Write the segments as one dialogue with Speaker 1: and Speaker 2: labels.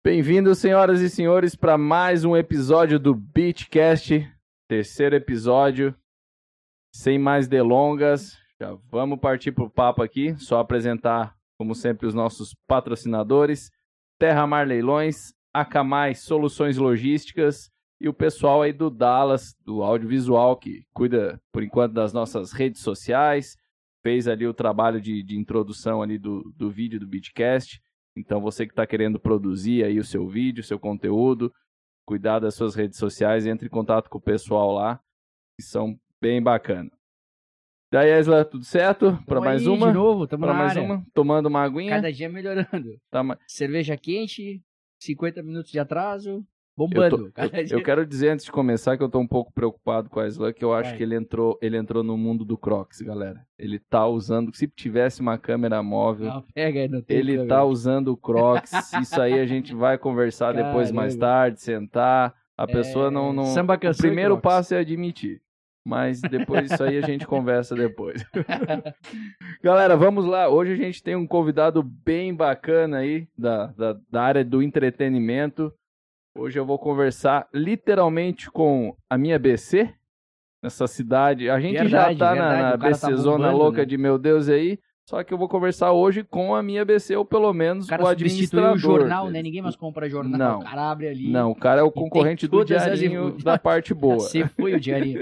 Speaker 1: Bem-vindos, senhoras e senhores, para mais um episódio do Beatcast, terceiro episódio. Sem mais delongas, já vamos partir para o papo aqui. Só apresentar, como sempre, os nossos patrocinadores: Terra Mar Leilões, Akamai Soluções Logísticas e o pessoal aí do Dallas, do audiovisual, que cuida, por enquanto, das nossas redes sociais, fez ali o trabalho de introdução ali do vídeo do Beatcast. Então, você que está querendo produzir aí o seu vídeo, o seu conteúdo, cuidar das suas redes sociais, entre em contato com o pessoal lá, que são bem bacana. Daí, Esla, tudo certo? Para mais uma?
Speaker 2: De novo, estamos
Speaker 1: Para
Speaker 2: na
Speaker 1: mais
Speaker 2: área.
Speaker 1: uma? Tomando uma aguinha?
Speaker 2: Cada dia melhorando. Cerveja quente, 50 minutos de atraso, bombando.
Speaker 1: Eu quero dizer, antes de começar, que eu tô um pouco preocupado com a Esla, que eu acho que ele entrou no mundo do Crocs, galera. Ele tá usando, se tivesse uma câmera móvel,
Speaker 2: não tem
Speaker 1: ele
Speaker 2: câmera.
Speaker 1: Tá usando o Crocs. Isso aí a gente vai conversar depois, mais tarde, sentar. A pessoa não...
Speaker 2: Samba,
Speaker 1: o primeiro passo é admitir. Mas depois isso aí a gente conversa depois. Galera, vamos lá. Hoje a gente tem um convidado bem bacana aí da área do entretenimento. Hoje eu vou conversar literalmente com a minha BC, nessa cidade. A gente já tá na BC Zona Louca, né? De meu Deus aí. Só que eu vou conversar hoje com a minha BC, ou pelo menos o administrador.
Speaker 2: O jornal, né? Ninguém mais compra jornal.
Speaker 1: Não.
Speaker 2: O cara abre ali.
Speaker 1: Não, o cara é o concorrente do diarinho da parte boa.
Speaker 2: Você foi o diarinho.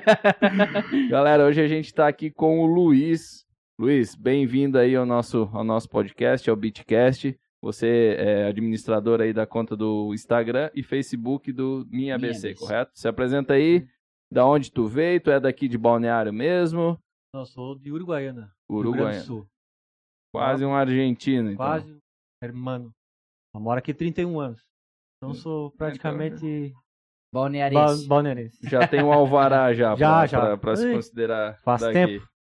Speaker 1: Galera, hoje a gente tá aqui com o Luiz. Luiz, bem-vindo aí ao nosso podcast, ao Beatcast. Você é administrador aí da conta do Instagram e Facebook do Minha BC, correto? Se apresenta aí, da onde tu veio, tu é daqui de Balneário mesmo?
Speaker 3: Eu sou de Uruguaiana.
Speaker 1: Uruguaiana.
Speaker 3: Do Sul.
Speaker 1: Quase um argentino, então.
Speaker 3: Quase um hermano. Eu moro aqui 31 anos. Então sou praticamente balnearense.
Speaker 1: Já tem um alvará já pra se considerar
Speaker 3: faz
Speaker 1: daqui.
Speaker 3: Tempo.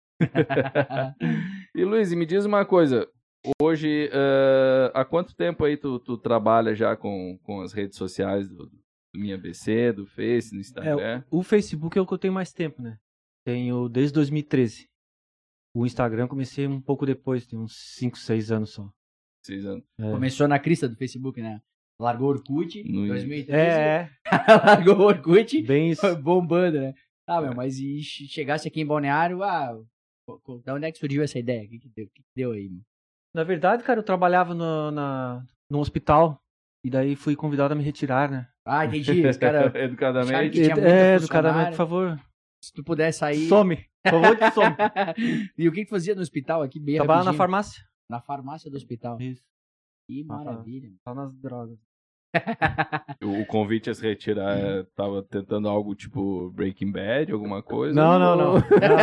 Speaker 1: E Luiz, me diz uma coisa. Hoje, há quanto tempo aí tu trabalha já com as redes sociais do Minha BC, do Face, no Instagram?
Speaker 3: O Facebook é o que eu tenho mais tempo, né? Tenho desde 2013. O Instagram comecei um pouco depois, tem uns 5, 6 anos só.
Speaker 1: 6 anos.
Speaker 2: Começou na crista do Facebook, né? Largou o Orkut em 2013. Largou o Orkut,
Speaker 3: bem isso.
Speaker 2: Bombando, né? Mas e chegasse aqui em Balneário, da onde é que surgiu essa ideia? O que deu aí, mano?
Speaker 3: Na verdade, cara, eu trabalhava num hospital e daí fui convidado a me retirar, né?
Speaker 2: Ah, entendi. Os caras...
Speaker 1: Educadamente.
Speaker 3: Educadamente, por favor.
Speaker 2: Se tu puder sair...
Speaker 3: Some. Por favor, some.
Speaker 2: E o que fazia no hospital aqui?
Speaker 3: Trabalhava na farmácia.
Speaker 2: Na farmácia do hospital.
Speaker 3: Isso.
Speaker 2: Que maravilha.
Speaker 3: Só nas drogas.
Speaker 1: O convite a se retirar tava tentando algo tipo Breaking Bad, alguma coisa?
Speaker 3: Não.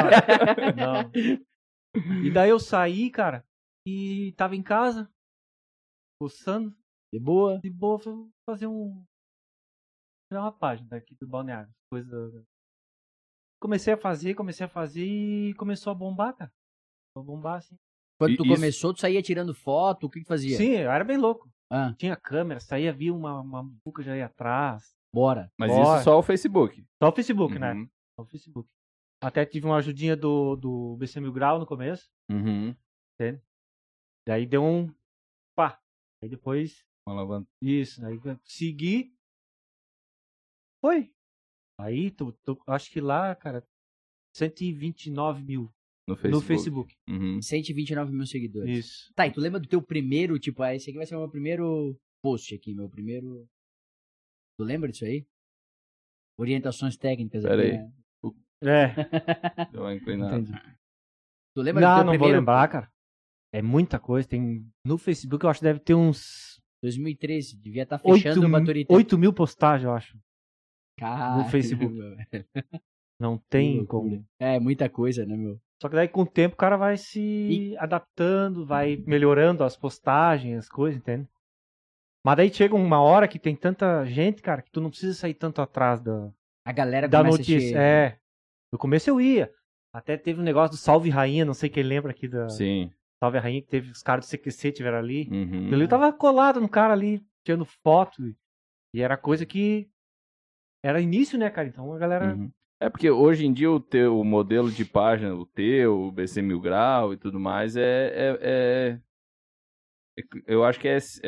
Speaker 3: E daí eu saí, cara, e tava em casa, coçando.
Speaker 2: De boa,
Speaker 3: fui fazer uma página daqui do Balneário. Comecei a fazer e começou a bombar, cara. Começou a bombar, assim.
Speaker 2: Quando tu começou, tu saía tirando foto, o que fazia?
Speaker 3: Sim, eu era bem louco. Tinha câmera, saía, via uma buca já ia atrás.
Speaker 2: Bora.
Speaker 1: Mas isso só o Facebook?
Speaker 3: Só o Facebook, né? Só o Facebook. Até tive uma ajudinha do BC Mil Grau no começo. Entende? Daí deu um... pá. Aí depois...
Speaker 1: uma alavanca.
Speaker 3: Isso, aí segui. Foi. Aí, acho que lá, cara, 129 mil no Facebook.
Speaker 2: 129 mil seguidores.
Speaker 3: Isso.
Speaker 2: Tá, e tu lembra do teu primeiro, tipo, esse aqui vai ser o meu primeiro post aqui, meu primeiro... Tu lembra disso aí? Orientações técnicas aqui,
Speaker 1: aí.
Speaker 2: né?
Speaker 1: Deu uma inclinada.
Speaker 3: Entendi.
Speaker 2: Tu lembra do teu
Speaker 3: não
Speaker 2: primeiro...
Speaker 3: vou lembrar, cara. É muita coisa. Tem no Facebook, eu acho que deve ter uns...
Speaker 2: 2013, devia estar fechando o Maturité.
Speaker 3: 8 mil postagens, eu acho.
Speaker 2: Caramba,
Speaker 3: no Facebook. Não tem como.
Speaker 2: É, muita coisa, né, meu?
Speaker 3: Só que daí com o tempo o cara vai se adaptando, vai melhorando as postagens, as coisas, entende? Mas daí chega uma hora que tem tanta gente, cara, que tu não precisa sair tanto atrás
Speaker 2: a galera
Speaker 3: da
Speaker 2: começa
Speaker 3: notícia.
Speaker 2: a chegar.
Speaker 3: No começo eu ia. Até teve um negócio do Salve Rainha, não sei quem lembra aqui da...
Speaker 1: Sim.
Speaker 3: Salve Rainha, que teve os caras do CQC tiveram ali.
Speaker 1: Uhum.
Speaker 3: Eu tava colado no cara ali, tirando foto. E era coisa que... Era início, né, cara? Então a galera...
Speaker 1: Uhum. É porque hoje em dia o teu modelo de página, o teu, o BC Mil Grau e tudo mais, eu acho que é o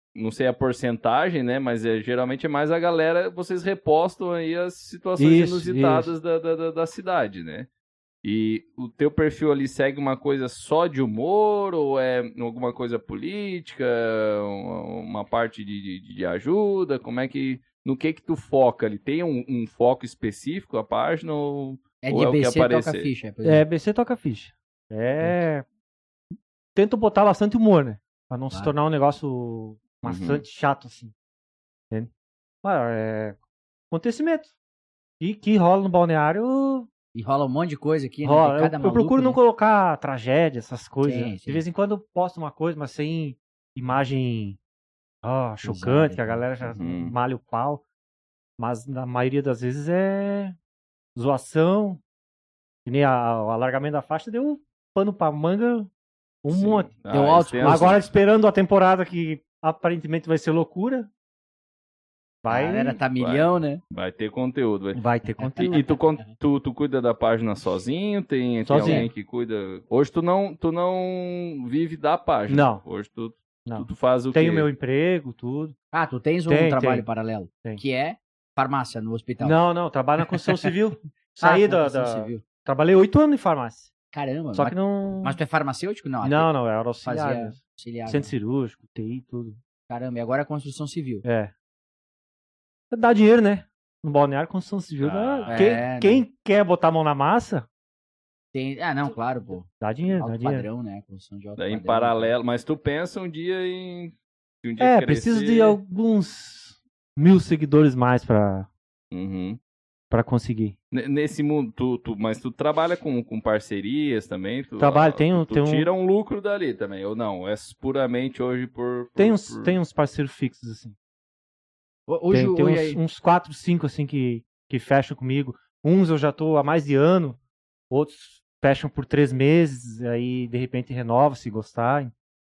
Speaker 1: não sei a porcentagem, né? Mas geralmente é mais a galera, vocês repostam aí as situações inusitadas da cidade, né? E o teu perfil ali segue uma coisa só de humor ou é alguma coisa política, uma parte de ajuda? Como é que... No que tu ali? Tem um foco específico a página ou
Speaker 2: É
Speaker 1: ou
Speaker 2: de
Speaker 1: o que
Speaker 2: BC toca
Speaker 1: aparecer?
Speaker 2: ficha. por
Speaker 3: É,
Speaker 2: exemplo.
Speaker 3: BC toca ficha. Tento botar bastante humor, né? Pra não se
Speaker 2: Claro.
Speaker 3: tornar um negócio bastante chato, assim. Entende? Acontecimento. E que rola no balneário,
Speaker 2: E rola um monte de coisa aqui, né?
Speaker 3: rola.
Speaker 2: Tem cada
Speaker 3: Eu
Speaker 2: maluco,
Speaker 3: procuro não
Speaker 2: né?
Speaker 3: colocar tragédia, essas coisas.
Speaker 2: Sim,
Speaker 3: De
Speaker 2: sim.
Speaker 3: vez em quando eu posto uma coisa, mas sem imagem chocante,
Speaker 2: Pesada,
Speaker 3: que a galera já
Speaker 1: Uhum.
Speaker 3: malha o pau. Mas na maioria das vezes é zoação. Que nem o alargamento da faixa deu pano pra manga um
Speaker 1: Sim.
Speaker 3: monte.
Speaker 2: Deu alto.
Speaker 1: extenso.
Speaker 3: Agora esperando a temporada que aparentemente vai ser loucura.
Speaker 2: A galera tá
Speaker 1: vai.
Speaker 2: milhão, né?
Speaker 1: Vai ter conteúdo.
Speaker 3: Vai ter conteúdo.
Speaker 1: E tu cuida da página sozinho? Tem
Speaker 3: Sozinho.
Speaker 1: alguém que cuida? Hoje tu não vive da página.
Speaker 3: Não.
Speaker 1: Hoje tu
Speaker 3: Não.
Speaker 1: faz o quê?
Speaker 3: Tenho meu emprego, tudo.
Speaker 2: Ah, tu tens um
Speaker 3: Tem,
Speaker 2: trabalho
Speaker 3: tem.
Speaker 2: paralelo.
Speaker 3: Tem.
Speaker 2: Que é farmácia no hospital.
Speaker 3: Não, trabalho na construção civil. Saí da.
Speaker 2: construção civil.
Speaker 3: Trabalhei 8 anos em farmácia.
Speaker 2: Caramba,
Speaker 3: Só
Speaker 2: mas,
Speaker 3: que não.
Speaker 2: mas tu é farmacêutico? Não,
Speaker 3: Não, era auxiliar.
Speaker 2: fazia
Speaker 3: mesmo.
Speaker 2: auxiliar.
Speaker 3: Centro
Speaker 2: né?
Speaker 3: cirúrgico, TI, tudo.
Speaker 2: Caramba, e agora é construção civil.
Speaker 3: É. Dá dinheiro, né? No balneário, construção civil.
Speaker 1: Ah,
Speaker 3: Quem quer botar a mão na massa,
Speaker 2: Ah, não, claro, pô.
Speaker 3: dá dinheiro, dá
Speaker 2: Alto
Speaker 3: dinheiro.
Speaker 2: padrão, né? Construção de alto
Speaker 1: Daí em
Speaker 2: padrão.
Speaker 1: paralelo. Mas tu pensa um dia em... se um dia crescer...
Speaker 3: Preciso de alguns 1000 seguidores mais pra
Speaker 1: Uhum.
Speaker 3: conseguir.
Speaker 1: Nesse mundo, mas tu trabalha com parcerias também?
Speaker 3: Trabalho,
Speaker 1: tu tira um lucro dali também, ou não? É puramente hoje por...
Speaker 3: Tem uns parceiros fixos, assim.
Speaker 2: Hoje,
Speaker 3: Tem
Speaker 2: hoje aí-
Speaker 3: uns 4, 5, assim, que fecham comigo. Uns eu já tô há mais de ano, outros fecham por 3 meses, aí de repente renova se gostarem.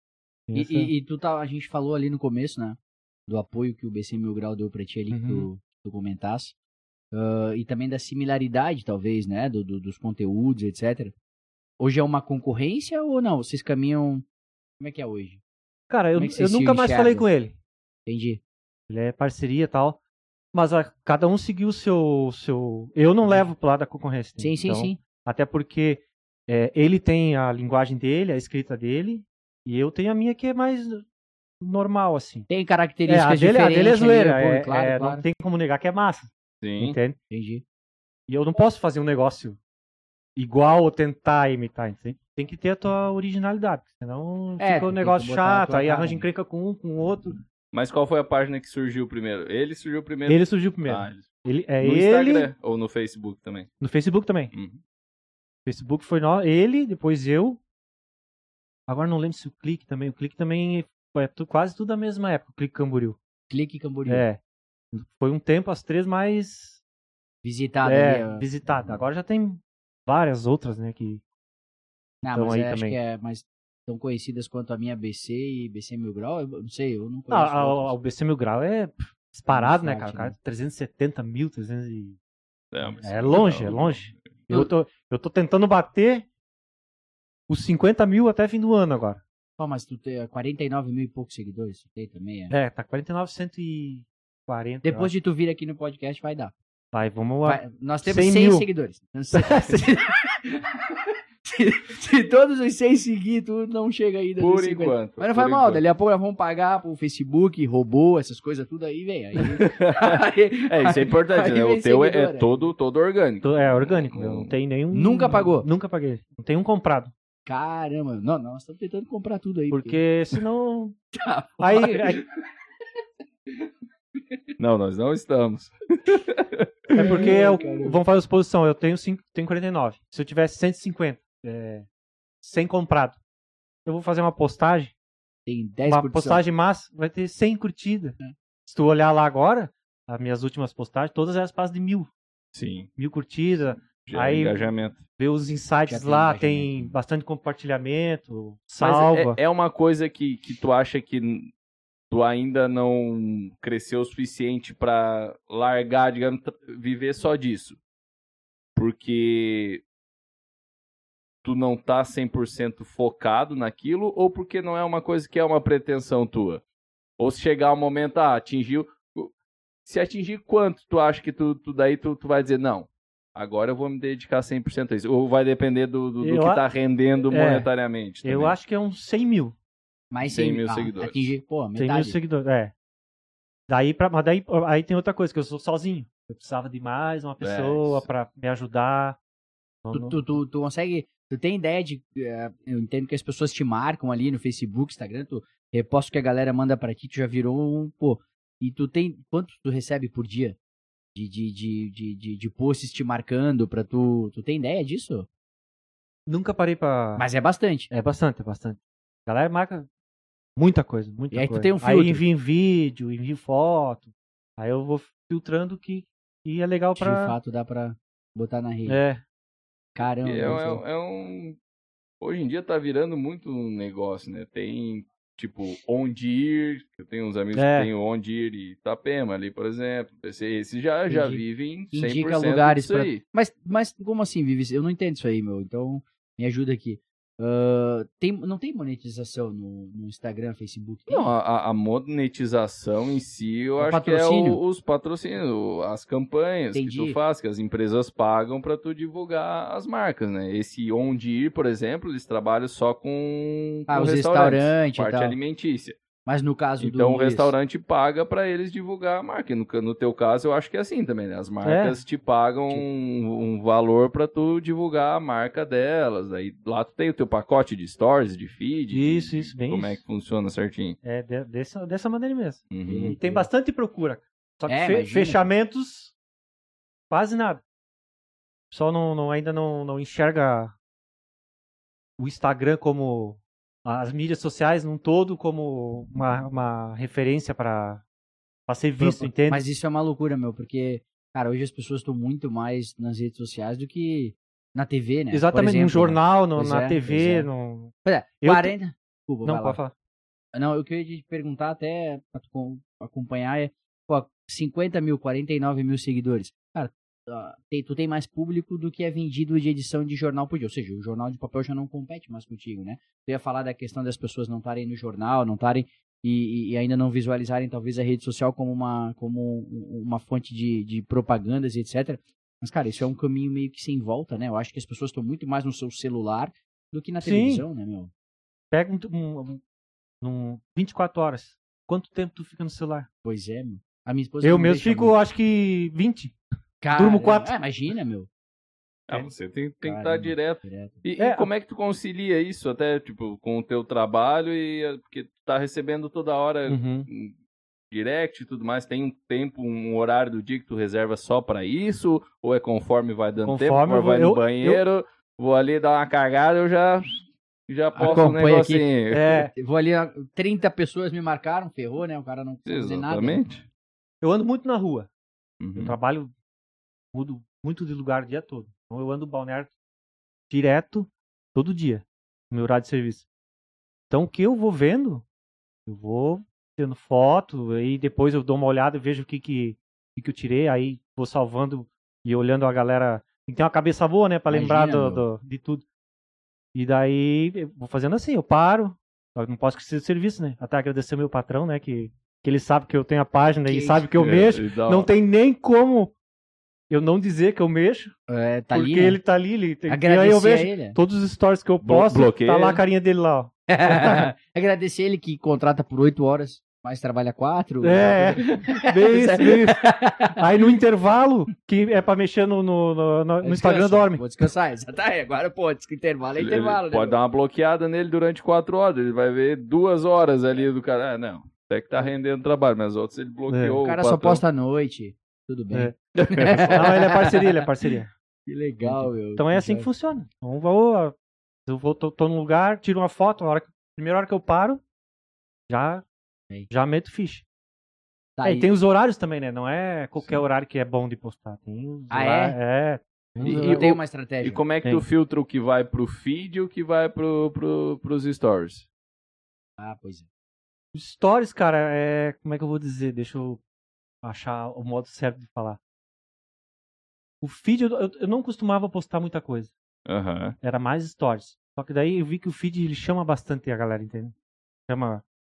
Speaker 2: E a gente falou ali no começo, né? Do apoio que o BC Mil Grau deu pra ti ali, que
Speaker 3: Uhum.
Speaker 2: tu comentasse. E também da similaridade, talvez, né? Dos conteúdos, etc. Hoje é uma concorrência ou não? Vocês caminham... Como é que é hoje?
Speaker 3: Cara, eu
Speaker 2: Como é que vocês se
Speaker 3: nunca mais
Speaker 2: enxergam?
Speaker 3: falei com ele.
Speaker 2: Entendi.
Speaker 3: Ele é parceria e tal. Mas cada um seguiu o seu... Eu não levo pro lado da concorrência.
Speaker 2: Sim, sim,
Speaker 3: Então,
Speaker 2: sim.
Speaker 3: até porque ele tem a linguagem dele, a escrita dele, e eu tenho a minha que é mais normal, assim.
Speaker 2: Tem características
Speaker 3: A
Speaker 2: diferentes.
Speaker 3: dele é zoeira.
Speaker 2: ali, pô, claro.
Speaker 3: Não tem como negar que é massa.
Speaker 1: Sim.
Speaker 3: Entende?
Speaker 2: Entendi.
Speaker 3: E eu não posso fazer um negócio igual ou tentar imitar, entende? Tem que ter a tua originalidade, senão fica
Speaker 2: tem
Speaker 3: um
Speaker 2: que
Speaker 3: negócio
Speaker 2: botar a
Speaker 3: chato,
Speaker 2: tua
Speaker 3: aí
Speaker 2: cara,
Speaker 3: arranja
Speaker 2: né?
Speaker 3: encrenca com um, com o outro.
Speaker 1: Mas qual foi a página que surgiu primeiro? Ele surgiu primeiro?
Speaker 3: Ele surgiu primeiro.
Speaker 1: Ah,
Speaker 3: Ele,
Speaker 1: no
Speaker 3: ele
Speaker 1: Instagram ou no Facebook também?
Speaker 3: no Facebook também.
Speaker 1: Uhum.
Speaker 3: Facebook foi ele, depois eu. Agora não lembro se o Clique também. O Clique também foi quase tudo da mesma época, o Clique Camboriú.
Speaker 2: Clique Camboriú.
Speaker 3: Foi um tempo as 3 mais
Speaker 2: Visitado ali. ó.
Speaker 3: visitadas. Agora já tem várias outras, né, que
Speaker 2: Não,
Speaker 3: estão
Speaker 2: mas
Speaker 3: aí
Speaker 2: acho
Speaker 3: também.
Speaker 2: que é mais tão conhecidas quanto a minha BC e BC Mil Grau. Eu não sei, eu não conheço.
Speaker 3: O BC Mil Grau é disparado, né,
Speaker 2: Muito
Speaker 3: cara? O
Speaker 2: forte,
Speaker 3: cara
Speaker 2: né?
Speaker 3: 370 mil, 300 e...
Speaker 1: Mas
Speaker 3: É longe, é longe. Eu tô tentando bater os 50 mil até fim do ano agora.
Speaker 2: Pô, mas tu tem 49 mil e poucos seguidores, tu tem também,
Speaker 3: Tá 49, 140.
Speaker 2: Depois de tu vir aqui no podcast, vai dar.
Speaker 3: Vai, vamos lá.
Speaker 2: Nós temos
Speaker 3: 100
Speaker 2: 100
Speaker 3: mil.
Speaker 2: seguidores. Se todos os 100 seguir, tu não chega ainda
Speaker 1: Por
Speaker 2: nos 50.
Speaker 1: enquanto.
Speaker 2: Mas não faz mal, dali a pouco nós vamos pagar pro Facebook, robô, essas coisas tudo aí, vem.
Speaker 1: Isso é importante,
Speaker 2: aí
Speaker 1: né?
Speaker 2: vem
Speaker 1: O teu
Speaker 2: seguidor,
Speaker 1: é todo orgânico.
Speaker 3: É orgânico, meu. Não tem nenhum.
Speaker 2: Nunca pagou?
Speaker 3: Nunca paguei. Não tem um comprado.
Speaker 2: Caramba, não, nós estamos tentando comprar tudo aí.
Speaker 3: Porque senão.
Speaker 2: Tá,
Speaker 3: aí,
Speaker 1: Não, nós não estamos.
Speaker 3: é porque
Speaker 2: Caramba.
Speaker 3: vamos fazer a exposição. Eu tenho 49. Se eu tivesse 150, 100 comprado, eu vou fazer uma postagem.
Speaker 2: Tem 10
Speaker 3: Uma
Speaker 2: curtições.
Speaker 3: postagem massa, vai ter 100 curtidas. Se tu olhar lá agora, as minhas últimas postagens, todas elas passam de 1000.
Speaker 1: Sim.
Speaker 3: 1000 curtidas.
Speaker 1: Já
Speaker 3: Aí-
Speaker 1: engajamento.
Speaker 3: Ver os
Speaker 2: Já
Speaker 3: insights
Speaker 2: tem
Speaker 3: lá,
Speaker 2: engajamento,
Speaker 3: tem
Speaker 2: né?
Speaker 3: bastante compartilhamento,
Speaker 1: Mas
Speaker 3: salva.
Speaker 1: é uma coisa que tu acha que tu ainda não cresceu o suficiente pra largar, digamos, viver só disso. Porque tu não tá 100% focado naquilo ou porque não é uma coisa que é uma pretensão tua? Ou se chegar o momento, atingiu... Se atingir quanto tu acha que tu vai dizer, não, agora eu vou me dedicar 100% a isso. Ou vai depender do que tá rendendo monetariamente também.
Speaker 3: Eu acho que é uns 100 mil.
Speaker 2: Mais
Speaker 1: 100 mil seguidores.
Speaker 2: Atingir, pô,
Speaker 3: 100
Speaker 2: metade.
Speaker 3: mil seguidores, Mas aí tem outra coisa, que eu sou sozinho. Eu precisava de mais uma pessoa pra me ajudar.
Speaker 2: Tu consegue... Tu tem ideia de... eu entendo que as pessoas te marcam ali no Facebook, Instagram, tu reposta que a galera manda pra ti, tu já virou um... Pô, e tu tem... Quanto tu recebe por dia de posts te marcando pra tu... Tu tem ideia disso?
Speaker 3: Nunca parei pra...
Speaker 2: Mas é bastante.
Speaker 3: É bastante. A galera marca muita coisa.
Speaker 2: E aí tu tem um filtro.
Speaker 3: Aí envia vídeo, envia foto. Aí eu vou filtrando que é legal pra...
Speaker 2: De fato dá pra botar na rede. Caramba.
Speaker 1: Hoje em dia tá virando muito um negócio, né? Tem, tipo, Ondir, eu tenho uns amigos que tem o Ondir e Itapema ali, por exemplo. Esse já vivem 100%
Speaker 2: Indica lugares
Speaker 1: disso aí.
Speaker 2: Mas como assim vive? Eu não entendo isso aí, meu. Então, me ajuda aqui. Não tem monetização no Instagram, Facebook? Tem?
Speaker 1: Não, a monetização em si, eu acho
Speaker 2: patrocínio?
Speaker 1: que é os patrocínios, as campanhas que tu faz, que as empresas pagam pra tu divulgar as marcas, né? Esse Onde Ir, por exemplo, eles trabalham só com
Speaker 2: os restaurantes,
Speaker 1: parte
Speaker 2: e tal.
Speaker 1: alimentícia.
Speaker 2: Mas no caso
Speaker 1: então o restaurante paga pra eles divulgar a marca. No teu caso, eu acho que é assim também, né? As marcas te pagam um valor pra tu divulgar a marca delas. Aí lá tu tem o teu pacote de stories, de feed.
Speaker 3: Isso, bem
Speaker 1: como é que funciona certinho.
Speaker 3: É dessa maneira mesmo.
Speaker 1: Uhum.
Speaker 3: E tem bastante procura. Só que fechamentos, quase nada. O pessoal ainda não enxerga o Instagram como... as mídias sociais num todo como uma referência para ser visto, entende?
Speaker 2: Mas isso é uma loucura, meu, porque, cara, hoje as pessoas estão muito mais nas redes sociais do que na TV, né?
Speaker 3: Exatamente, no jornal, na TV,
Speaker 2: Pois é, 40... Desculpa,
Speaker 3: não, pode falar.
Speaker 2: Não, eu queria te perguntar até pra tu acompanhar, 50 mil, 49 mil seguidores. Cara, tu tem mais público do que é vendido de edição de jornal por dia. Ou seja, o jornal de papel já não compete mais contigo, né? Tu ia falar da questão das pessoas não estarem no jornal, não estarem e ainda não visualizarem talvez a rede social como uma fonte de propagandas e etc. Mas, cara, isso é um caminho meio que sem volta, né? Eu acho que as pessoas estão muito mais no seu celular do que na televisão, né, meu?
Speaker 3: Pega 24 horas. Quanto tempo tu fica no celular?
Speaker 2: Pois é, meu. A minha esposa
Speaker 3: eu mesmo fico, muito. Acho que 20.
Speaker 2: Cara,
Speaker 3: durmo 4.
Speaker 2: Imagina, meu.
Speaker 1: Você tem que estar direto. E como é que tu concilia isso até, tipo, com o teu trabalho porque tu tá recebendo toda hora direct e tudo mais, tem um tempo, um horário do dia que tu reserva só pra isso? Ou é conforme vai dando tempo, vai no banheiro, vou ali dar uma cagada, eu já posso um negocinho.
Speaker 2: Vou ali, 30 pessoas me marcaram, ferrou, né? O cara não precisa fazer nada.
Speaker 1: Exatamente.
Speaker 3: Eu ando muito na rua. Eu trabalho, mudo muito de lugar o dia todo. Então eu ando balneário direto, todo dia, no meu horário de serviço. Então o que eu vou vendo, eu vou tendo foto, aí depois eu dou uma olhada e vejo o que eu tirei, aí vou salvando e olhando a galera. Tem que ter uma cabeça boa, né, pra lembrar de tudo. E daí, eu vou fazendo assim, eu paro, eu não posso esquecer do serviço, né? Até agradecer ao meu patrão, né, que ele sabe que eu tenho a página e sabe que eu mexo. Não tem nem como eu não dizer que eu mexo,
Speaker 2: tá
Speaker 3: porque
Speaker 2: ali, né?
Speaker 3: ele tá ali. Ele tem...
Speaker 2: Agradecer
Speaker 3: aí eu vejo
Speaker 2: ele.
Speaker 3: todos os stories que eu posto, tá lá a carinha dele lá, ó.
Speaker 2: Agradecer ele que contrata por 8 horas, mas trabalha 4.
Speaker 3: Bem isso. Aí no intervalo, que é pra mexer no Instagram, dorme.
Speaker 2: Vou descansar, agora intervalo é intervalo.
Speaker 1: Pode dar uma bloqueada nele durante 4 horas, ele vai ver 2 horas ali do cara. Não, até que tá rendendo trabalho, mas outros ele bloqueou.
Speaker 2: O cara só posta à noite, tudo bem.
Speaker 3: Não, ele é parceria.
Speaker 2: Que legal, meu.
Speaker 3: Então é assim que funciona. Eu tô num lugar, tiro uma foto, primeira hora que eu paro, já meto ficha. E tem os horários também, né? Não é qualquer horário que é bom de postar. Tem os horários.
Speaker 2: E tem uma estratégia.
Speaker 1: E como é que tu filtra o que vai pro feed e o que vai pros stories?
Speaker 2: Pois é.
Speaker 3: Os stories, cara, como é que eu vou dizer? Deixa eu achar o modo certo de falar. O feed, eu não costumava postar muita coisa. Era mais stories. Só que daí eu vi que o feed ele chama bastante a galera, entende?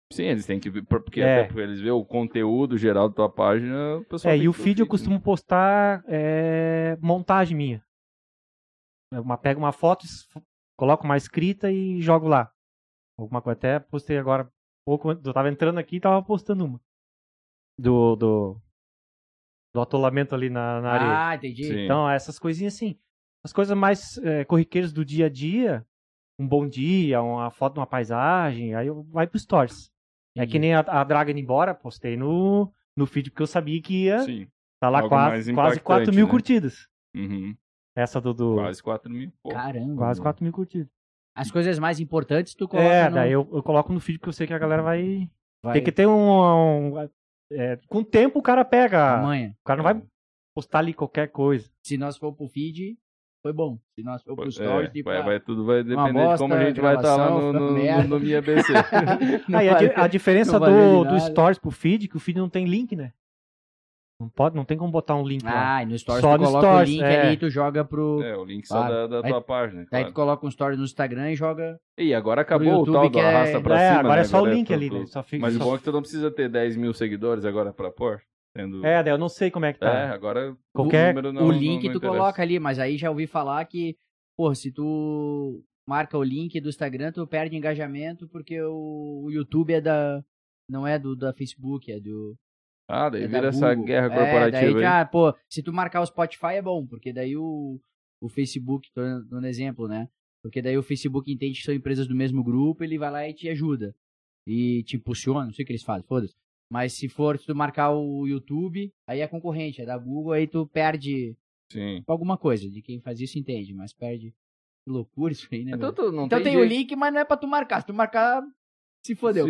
Speaker 1: Sim, eles têm que ver, porque até porque eles veem o conteúdo geral da tua página, o pessoal
Speaker 3: e o feed eu costumo postar montagem minha. Pego uma foto, coloco uma escrita e jogo lá. Alguma coisa. Até postei agora, pouco eu tava entrando aqui e tava postando uma. Do atolamento ali na areia.
Speaker 2: Ah, entendi.
Speaker 1: Sim.
Speaker 3: Então, essas coisinhas assim. As coisas mais corriqueiras do dia a dia, um bom dia, uma foto de uma paisagem, aí vai pro Stories. É que nem a Draga indo embora, postei no feed, porque eu sabia que ia tá lá quase 4 mil curtidas.
Speaker 1: Uhum.
Speaker 3: Essa do...
Speaker 1: Quase 4 mil. Pô.
Speaker 2: Caramba.
Speaker 3: Quase 4 mil curtidas.
Speaker 2: As coisas mais importantes tu coloca
Speaker 3: daí eu coloco no feed, porque eu sei que a galera vai... Tem que ter com o tempo o cara pega...
Speaker 2: Amanhã.
Speaker 3: O cara não vai postar ali qualquer coisa.
Speaker 2: Se nós for pro feed... Foi bom. Se nós for pro Stories,
Speaker 1: tudo vai depender de como a gente vai estar lá no Minha BC.
Speaker 3: A diferença do Stories pro feed, que o feed não tem link, né? Não tem como botar um link lá.
Speaker 2: E no Stories
Speaker 3: só
Speaker 2: tu
Speaker 3: no
Speaker 2: coloca
Speaker 3: Stories,
Speaker 2: o link ali e tu joga pro...
Speaker 1: o link só da tua página.
Speaker 2: Daí tu coloca um Story no Instagram e joga...
Speaker 1: E agora acabou o tal do arrasta pra cima,
Speaker 3: agora
Speaker 1: né?
Speaker 3: é só o link ali, né?
Speaker 1: Mas o bom é que tu não precisa ter 10 mil seguidores agora pra pôr.
Speaker 3: Daí eu não sei como é que tá.
Speaker 1: Agora
Speaker 3: qualquer
Speaker 1: número não,
Speaker 2: o link
Speaker 1: não
Speaker 2: tu coloca ali, mas aí já ouvi falar que, se tu marca o link do Instagram, tu perde engajamento porque o YouTube não é da Facebook, é do...
Speaker 1: daí vira essa guerra corporativa
Speaker 2: daí se tu marcar o Spotify é bom, porque daí o Facebook, tô dando exemplo, né? Porque daí o Facebook entende que são empresas do mesmo grupo, ele vai lá e te ajuda. E te impulsiona, não sei o que eles fazem, foda-se. Mas se tu marcar o YouTube, aí é concorrente, é da Google, aí tu perde alguma coisa. De quem faz isso entende, mas perde. Que loucura isso aí, né?
Speaker 1: Então
Speaker 2: tem o link, mas não é pra tu marcar. Se tu marcar, se fodeu.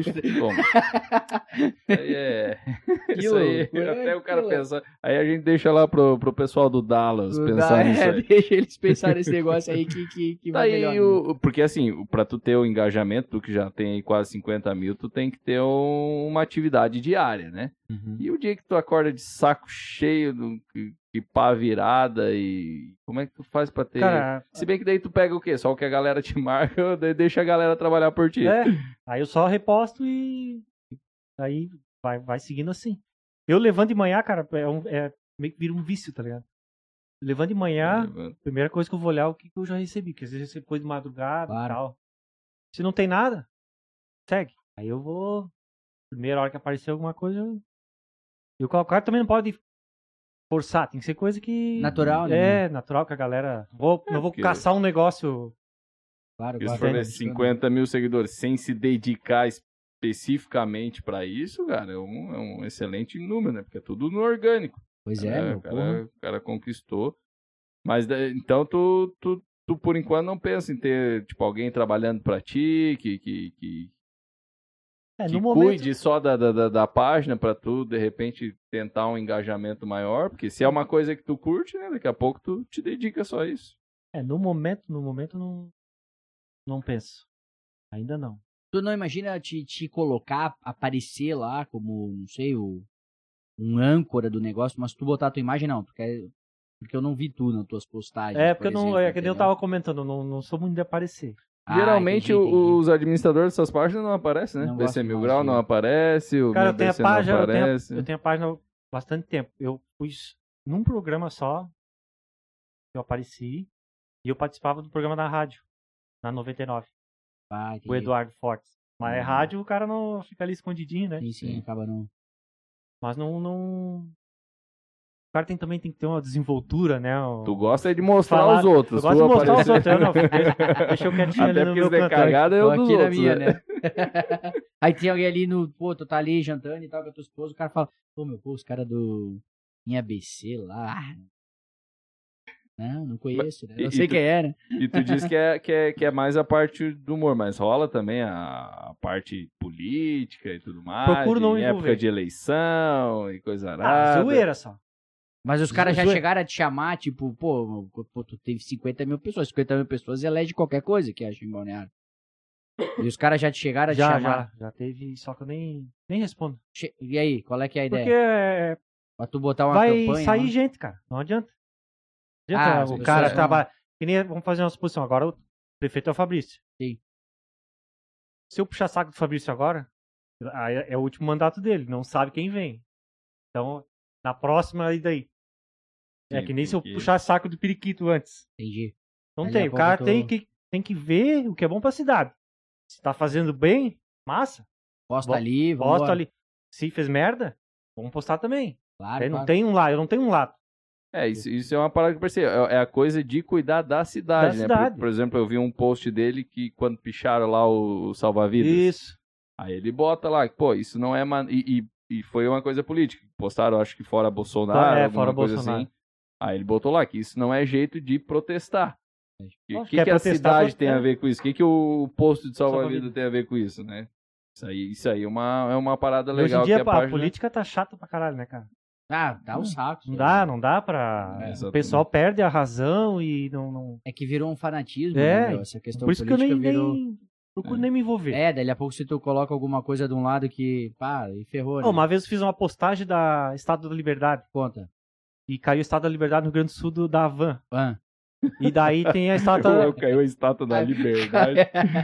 Speaker 1: Isso aí, até o cara pensar. Aí a gente deixa lá pro pessoal do Dallas pensar nisso aí.
Speaker 2: Deixa eles pensar nesse negócio aí que vai melhor.
Speaker 1: Porque assim, pra tu ter o engajamento, tu que já tem aí quase 50 mil, tu tem que ter uma atividade diária, né?
Speaker 3: Uhum.
Speaker 1: E o dia que tu acorda de saco cheio, de pá virada, e como é que tu faz pra ter...
Speaker 3: Cara,
Speaker 1: se bem que daí tu pega o quê? Só o que a galera te marca, daí deixa a galera trabalhar por ti.
Speaker 3: Aí eu só reposto e aí vai seguindo assim. Eu levando de manhã, cara, meio que vira um vício, tá ligado? Levando de manhã, primeira coisa que eu vou olhar é o que eu já recebi, porque às vezes você põe de madrugada e tal. Se não tem nada, segue. Aí eu vou, primeira hora que aparecer alguma coisa, eu coloco. Cara, também não pode forçar, tem que ser coisa que...
Speaker 2: Natural, né?
Speaker 3: Natural que a galera... Não vou caçar um negócio...
Speaker 2: Claro,
Speaker 1: se for ver 50 mil seguidores sem se dedicar especificamente pra isso, cara, é um excelente número, né? Porque é tudo no orgânico.
Speaker 2: Pois é,
Speaker 1: o cara conquistou. Mas, então, tu por enquanto não pensa em ter, tipo, alguém trabalhando pra ti, que cuide só da página pra tu, de repente, tentar um engajamento maior, porque se é uma coisa que tu curte, né, daqui a pouco tu te dedica só a isso.
Speaker 3: No momento não penso. Ainda não.
Speaker 2: Tu não imagina te colocar, aparecer lá como, não sei, um âncora do negócio, mas tu botar a tua imagem, não, porque eu não vi tu nas tuas postagens.
Speaker 3: Porque que nem eu tava comentando, não sou muito de aparecer.
Speaker 1: Geralmente entendi. Os administradores dessas páginas não aparecem, né? BC Mil Grau não aparece, o
Speaker 3: cara,
Speaker 1: BC não aparece.
Speaker 3: Eu tenho a página há bastante tempo. Eu pus num programa só, eu apareci, e eu participava do programa da rádio, na 99. O Eduardo Fortes. Mas rádio, o cara não fica ali escondidinho, né?
Speaker 2: Sim, acaba não.
Speaker 3: Mas não... O cara também tem que ter uma desenvoltura, né?
Speaker 1: Tu gosta de mostrar os outros.
Speaker 3: Eu gosto de mostrar os outros. Deixa eu quietinho ali no meu canto.
Speaker 1: Cagada eu dos
Speaker 2: aqui
Speaker 1: outros,
Speaker 2: na minha, né? Aí tem alguém ali tu tá ali jantando e tal com a tua esposa, o cara fala, os caras do Minha ABC lá... Não coconheço, né? Não sei quem é, né?
Speaker 1: E tu diz que é mais a parte do humor, mas rola também a parte política e tudo mais.
Speaker 3: Procuro não envolver.
Speaker 1: Época de eleição e coisa arada.
Speaker 3: Zoeira só.
Speaker 2: Mas os caras já chegaram a te chamar, tipo, tu teve 50 mil pessoas. 50 mil pessoas elege qualquer coisa que acha em Balneário. E os caras já te chegaram a te chamar.
Speaker 3: Já teve, só que eu nem respondo.
Speaker 2: E aí, qual é que é a ideia?
Speaker 3: Porque
Speaker 2: pra tu botar uma campanha...
Speaker 3: Vai sair gente, cara. Não adianta. O cara trabalha... Vamos fazer uma suposição. Agora o prefeito é o Fabrício.
Speaker 2: Sim.
Speaker 3: Se eu puxar saco do Fabrício agora, Aí é o último mandato dele, não sabe quem vem. Então, na próxima, e daí? É que nem se eu puxar saco do periquito antes.
Speaker 2: Entendi.
Speaker 3: Não
Speaker 2: Daqui
Speaker 3: tem,
Speaker 2: a
Speaker 3: o cara
Speaker 2: pouco
Speaker 3: tem que ver o que é bom pra cidade. Se tá fazendo bem, massa.
Speaker 2: Posta ali, vamos
Speaker 3: Posta ali. Se fez merda, vamos postar também.
Speaker 2: Claro,
Speaker 3: Aí
Speaker 2: claro.
Speaker 3: não tem um lado, eu não tenho um lado.
Speaker 1: Isso é uma parada que eu percebi. É a coisa de cuidar da cidade, né? Por exemplo, eu vi um post dele que quando picharam lá o salva-vidas.
Speaker 3: Isso.
Speaker 1: Aí ele bota lá, pô, isso não é... E foi uma coisa política. Postaram, acho que fora Bolsonaro, alguma
Speaker 3: fora
Speaker 1: coisa
Speaker 3: Bolsonaro.
Speaker 1: assim. Aí ele botou lá que isso não é jeito de protestar. O que a
Speaker 3: protestar,
Speaker 1: cidade tem a ver com isso? O que o posto de salva-vidas tem a ver com isso, né? Isso aí é uma parada legal.
Speaker 3: Hoje em dia
Speaker 1: que
Speaker 3: a política tá chata pra caralho, né, cara?
Speaker 2: Dá o saco.
Speaker 3: Não dá pra... O pessoal perde a razão e não...
Speaker 2: É que virou um fanatismo, né, meu? Essa questão
Speaker 3: por isso
Speaker 2: política
Speaker 3: que eu nem procuro nem me envolver.
Speaker 2: Daí a pouco se tu coloca alguma coisa de um lado que, e ferrou, né?
Speaker 3: Uma vez eu fiz uma postagem da Estátua da Liberdade.
Speaker 2: Conta.
Speaker 3: E caiu a Estátua da Liberdade no Rio Grande do Sul da Havan. E daí tem a estátua...
Speaker 1: Caiu a Estátua da Liberdade.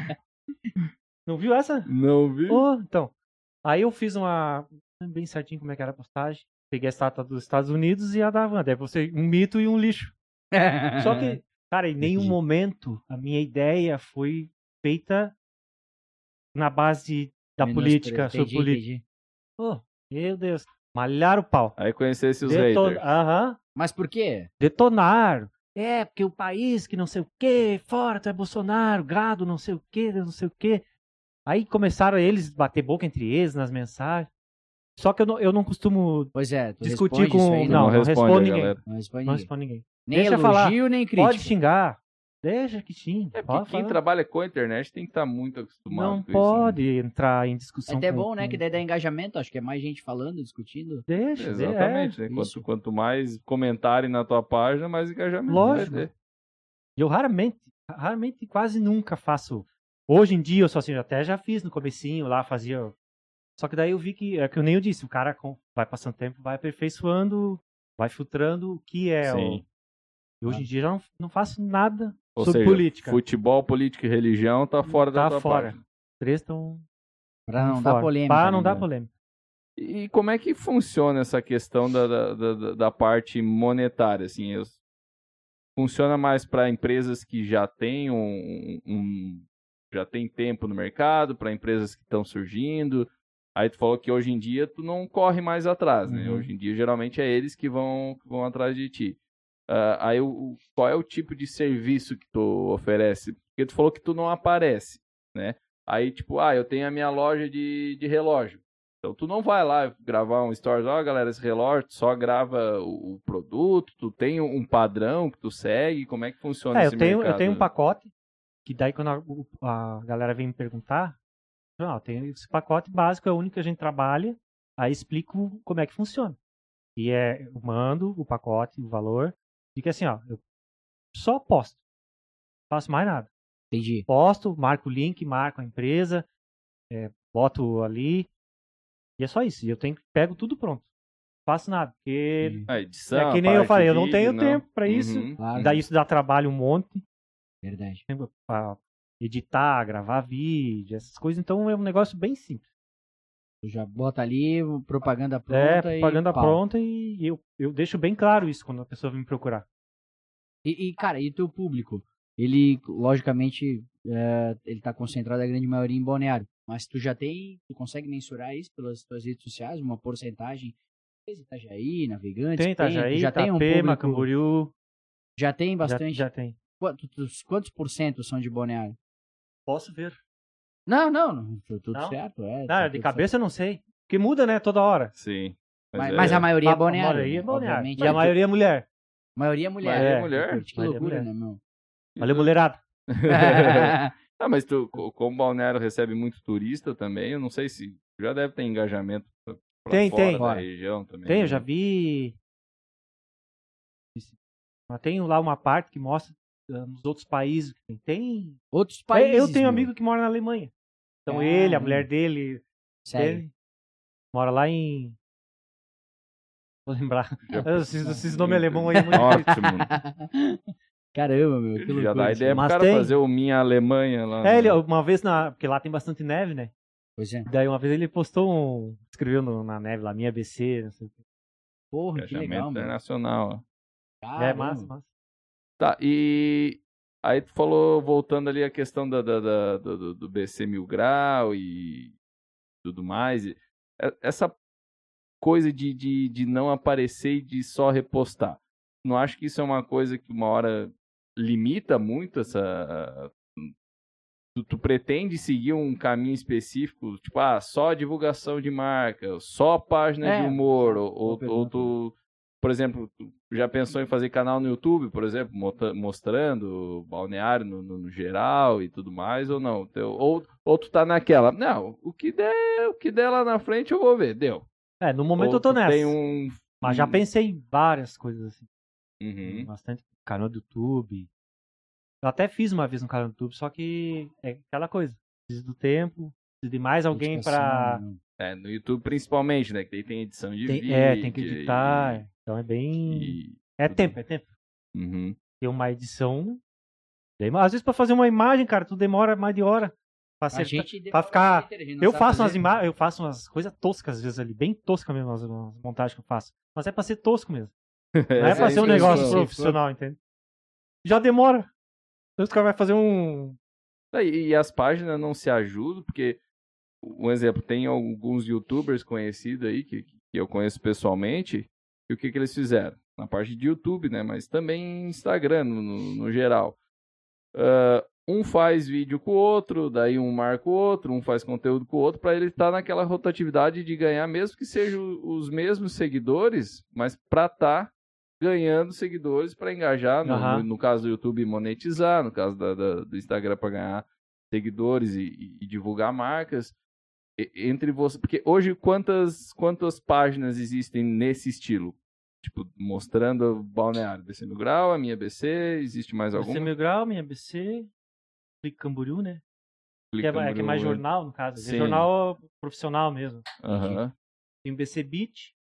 Speaker 3: Não viu essa?
Speaker 1: Não vi.
Speaker 3: Então. Aí eu fiz bem certinho como é que era a postagem. Peguei a estátua dos Estados Unidos e a da Havan. Deve ser um mito e um lixo. Só que, cara, em nenhum momento a minha ideia foi feita na base da política, sobre política. Meu Deus. Malhar o pau.
Speaker 1: Aí conhecesse os haters.
Speaker 2: Mas por quê?
Speaker 3: Detonar. Porque o país que não sei o que, fora, tu é Bolsonaro, gado, não sei o que, não sei o que. Aí começaram eles bater boca entre eles nas mensagens. Só que eu não costumo discutir com...
Speaker 2: Aí,
Speaker 3: não responde ninguém.
Speaker 2: Não
Speaker 3: responde ninguém.
Speaker 2: Nem
Speaker 3: deixa
Speaker 2: elogio,
Speaker 3: falar.
Speaker 2: Nem crítica.
Speaker 3: Pode xingar. Deixa que xingue.
Speaker 1: Porque quem trabalha com a internet tem que estar muito acostumado
Speaker 3: não
Speaker 1: com
Speaker 3: pode
Speaker 1: isso, né?
Speaker 3: entrar em discussão.
Speaker 2: É até bom, né? Que daí dá engajamento. Acho que é mais gente falando, discutindo.
Speaker 3: Deixa.
Speaker 1: Exatamente. Né? Quanto mais comentarem na tua página, mais engajamento.
Speaker 3: Lógico. Eu raramente, quase nunca faço. Hoje em dia eu só assim, até já fiz no comecinho lá, fazia. Só que daí eu vi que, é que eu nem eu disse, o cara vai passando tempo, vai aperfeiçoando, vai filtrando o que é. E hoje em dia já não faço nada sobre política.
Speaker 1: Futebol, política e religião tá fora da tua página.
Speaker 3: Três estão...
Speaker 2: Pra não dar polêmica.
Speaker 3: Pra não dar polêmica.
Speaker 1: E como é que funciona essa questão da parte monetária? Assim, funciona mais para empresas que já têm já tem tempo no mercado, para empresas que estão surgindo. Aí tu falou que hoje em dia tu não corre mais atrás, né? Hoje em dia geralmente é eles que vão atrás de ti. Aí qual é o tipo de serviço que tu oferece? Porque tu falou que tu não aparece, né? Aí tipo, eu tenho a minha loja de relógio. Então tu não vai lá gravar um stories, galera, esse relógio, tu só grava o produto, tu tem um padrão que tu segue, como é que funciona esse mercado?
Speaker 3: Eu tenho um pacote, que daí quando a galera vem me perguntar, tem esse pacote básico, é o único que a gente trabalha, aí explico como é que funciona. E eu mando o pacote, o valor, e que assim, eu só posto, não faço mais nada.
Speaker 2: Entendi.
Speaker 3: Posto, marco o link, marco a empresa, boto ali, e é só isso. E eu pego tudo pronto. Não faço nada. Porque
Speaker 1: a edição,
Speaker 3: que nem eu falei, eu não tenho tempo pra isso.
Speaker 2: Claro.
Speaker 3: Daí isso dá trabalho um monte.
Speaker 2: Verdade.
Speaker 3: Pra editar, gravar vídeo, essas coisas. Então é um negócio bem simples.
Speaker 2: Tu já bota ali, propaganda pronta.
Speaker 3: Propaganda pronta e eu deixo bem claro isso quando a pessoa vem me procurar.
Speaker 2: Cara, e teu público? Ele, logicamente, ele tá concentrado a grande maioria em Balneário. Mas tu consegue mensurar isso pelas tuas redes sociais? Uma porcentagem? Itajaí, Navegantes?
Speaker 3: Tem Itajaí,
Speaker 2: já tem
Speaker 3: Itapema, Camboriú.
Speaker 2: Já tem bastante?
Speaker 3: Já tem.
Speaker 2: Quantos por cento são de Balneário?
Speaker 3: Posso ver.
Speaker 2: Não, tudo
Speaker 3: não?
Speaker 2: Certo.
Speaker 3: De cabeça certo. Eu não sei. Porque muda, né, toda hora.
Speaker 1: Sim.
Speaker 2: Mas a maioria é Balneário.
Speaker 3: A maioria é Balneário.
Speaker 2: Obviamente.
Speaker 3: E a maioria é mulher.
Speaker 2: Maioria é mulher.
Speaker 1: Mulher.
Speaker 2: Que loucura, né, meu?
Speaker 3: Valeu, mulherada.
Speaker 1: Mas tu, como Balneário recebe muito turista também, eu não sei se já deve ter engajamento pra fora da região também.
Speaker 3: Tem, eu já vi. Mas tem lá uma parte que mostra nos outros países. Tem
Speaker 2: outros países.
Speaker 3: Eu tenho um amigo que mora na Alemanha. Então a mulher dele.
Speaker 2: Sério?
Speaker 3: Mora lá em. Vou lembrar. Esses nomes alemão aí é muito
Speaker 1: ótimo.
Speaker 2: Caramba, meu. Que
Speaker 1: já dá ideia pro cara fazer o Minha Alemanha lá.
Speaker 3: Uma vez porque lá tem bastante neve, né?
Speaker 2: Pois é.
Speaker 3: Daí uma vez ele postou escreveu na neve lá, minha ABC, não sei o que.
Speaker 2: Porra, que
Speaker 1: Engajamento
Speaker 2: legal, mano.
Speaker 1: internacional, ó.
Speaker 3: É, massa.
Speaker 1: Tá, e aí tu falou, voltando ali a questão do BC Mil Grau e tudo mais, essa coisa de não aparecer e de só repostar. Não acho que isso é uma coisa que uma hora limita muito essa... Tu pretende seguir um caminho específico, tipo, só divulgação de marca, só página de humor, ou tu, por exemplo, tu já pensou em fazer canal no YouTube, por exemplo, mostrando balneário no geral e tudo mais, ou não? Ou tu tá naquela, não, o que der lá na frente eu vou ver, deu.
Speaker 3: No momento eu tô nessa.
Speaker 1: Tem
Speaker 3: mas já pensei em várias coisas assim.
Speaker 1: Uhum.
Speaker 3: Bastante canal do YouTube. Eu até fiz uma vez no canal do YouTube, só que é aquela coisa. Preciso do tempo, preciso de mais alguém pra...
Speaker 1: no YouTube principalmente, né? Que tem edição de vídeo.
Speaker 3: Tem que editar. Então é bem... É tempo.
Speaker 1: Uhum.
Speaker 3: Tem uma edição... Às vezes pra fazer uma imagem, cara, tu demora mais de hora. Pra ficar... Eu faço umas coisas toscas às vezes ali. Bem tosca mesmo as montagens que eu faço. Mas é pra ser tosco mesmo. Não é pra ser um negócio profissional, entende? Já demora. Então os caras vão fazer um...
Speaker 1: E as páginas não se ajudam, porque, um exemplo, tem alguns youtubers conhecidos aí, que eu conheço pessoalmente, e o que eles fizeram? Na parte de YouTube, né? Mas também Instagram, no geral. Um faz vídeo com o outro, daí um marca o outro, um faz conteúdo com o outro, para ele estar naquela rotatividade de ganhar, mesmo que sejam os mesmos seguidores, mas para estar ganhando seguidores para engajar, no caso do YouTube monetizar, no caso do Instagram para ganhar seguidores e divulgar marcas. Entre você, porque hoje quantas páginas existem nesse estilo? Tipo, mostrando balneário, BC Mil Grau, a minha BC, existe mais alguma?
Speaker 3: BC Mil Grau, minha BC, Clique Camboriú, né? Que é mais jornal, no caso. É jornal profissional mesmo. Tem o BC Beat.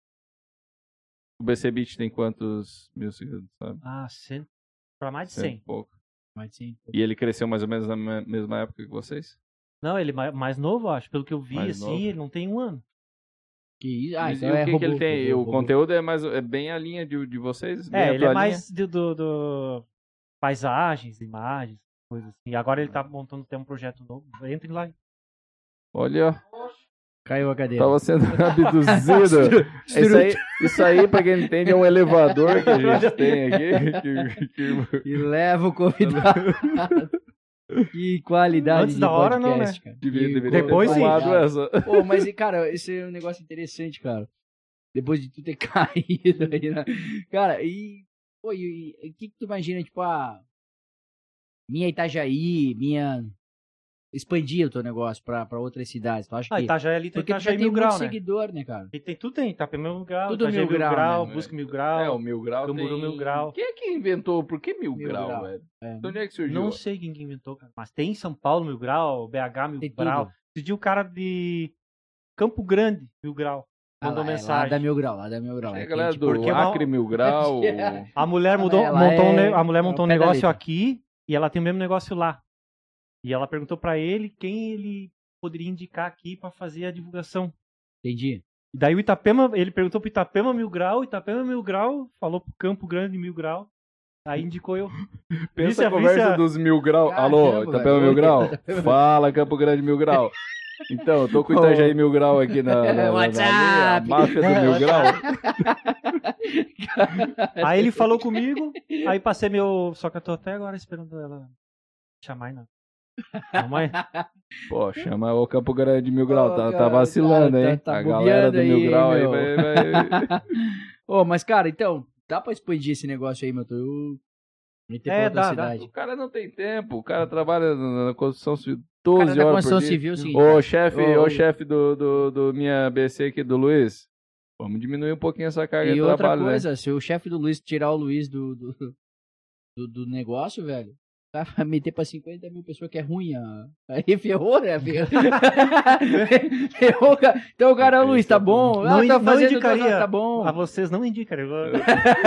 Speaker 1: O BC Beat tem quantos mil seguidores, sabe?
Speaker 3: 100. Pra mais de 100.
Speaker 1: Pouco.
Speaker 2: Mais de 100.
Speaker 1: E ele cresceu mais ou menos na mesma época que vocês?
Speaker 3: Não, ele é mais novo, acho. Pelo que eu vi,
Speaker 1: mais
Speaker 3: assim,
Speaker 1: novo.
Speaker 3: ele não tem um ano.
Speaker 1: Que isso? Então o que ele tem? O conteúdo é bem a linha de vocês?
Speaker 3: Ele é mais do paisagens, imagens, coisas assim. E agora ele tá montando um projeto novo. Entrem lá.
Speaker 1: Olha...
Speaker 2: Caiu a cadeira.
Speaker 1: Tava sendo abduzido. Isso aí, pra quem entende, é um elevador que a gente tem aqui.
Speaker 2: E leva o convidado. Que qualidade
Speaker 3: antes da hora,
Speaker 2: podcast,
Speaker 3: não, né?
Speaker 2: Cara.
Speaker 1: Deveria
Speaker 3: depois
Speaker 1: ter essa.
Speaker 2: Mas, cara, esse é um negócio interessante, cara. Depois de tu ter caído aí, né? Cara, o que tu imagina, tipo, minha Itajaí, expandir o teu negócio pra outras cidades. Tu acha que...
Speaker 3: Itajaí ali tem
Speaker 2: porque
Speaker 3: Itajaí
Speaker 2: tu já
Speaker 3: Mil Grau,
Speaker 2: tem seguidor, né, cara?
Speaker 3: Tudo tem, Itapema Mil Grau,
Speaker 2: tudo
Speaker 3: Itajaí
Speaker 2: Mil Grau,
Speaker 3: né? Busca Mil Grau.
Speaker 1: O Mil Grau
Speaker 3: Camboriú Mil Grau.
Speaker 1: Quem é que inventou? Por que Mil Grau, velho? De onde é que surgiu?
Speaker 3: Não sei quem inventou, cara. Mas tem em São Paulo Mil Grau, BH Mil Grau. Esse dia o cara de Campo Grande Mil Grau mandou mensagem.
Speaker 2: Lá da Mil Grau.
Speaker 1: É a galera do Acre Mil Grau.
Speaker 3: A mulher montou um negócio aqui e ela tem o mesmo negócio lá. E ela perguntou pra ele quem ele poderia indicar aqui pra fazer a divulgação.
Speaker 2: Entendi.
Speaker 3: E daí ele perguntou pro Itapema Mil Grau falou pro Campo Grande Mil Grau, aí indicou eu.
Speaker 1: Pensa a conversa dos Mil Grau. Alô, Itapema Mil Grau? Fala, Campo Grande Mil Grau. Então, eu tô com o Itajaí Mil Grau aqui na a máfia do Mil Grau.
Speaker 3: Aí ele falou comigo, aí passei só que eu tô até agora esperando ela chamar ainda.
Speaker 1: Pô, chama o Campo Grande Mil Grau, tá vacilando, hein?
Speaker 2: Tá
Speaker 1: a galera do Mil Grau aí
Speaker 2: vai... Mas, cara, então, dá pra expandir esse negócio aí, meu?
Speaker 1: Dá. O cara não tem tempo, o cara trabalha na construção civil 12 horas
Speaker 2: construção
Speaker 1: por dia.
Speaker 2: Civil, sim.
Speaker 1: Ô, chefe do minha BC aqui, do Luiz, vamos diminuir um pouquinho essa carga de trabalho,
Speaker 2: outra coisa,
Speaker 1: né?
Speaker 2: se o chefe do Luiz tirar o Luiz do negócio, velho, Vai meter pra 50 mil pessoas que é ruim. Aí ferrou, né? Ferrou, cara. Então, cara, Luiz, tá bom.
Speaker 3: Não indicaria.
Speaker 2: Tá bom.
Speaker 3: A vocês não indicaria.
Speaker 1: O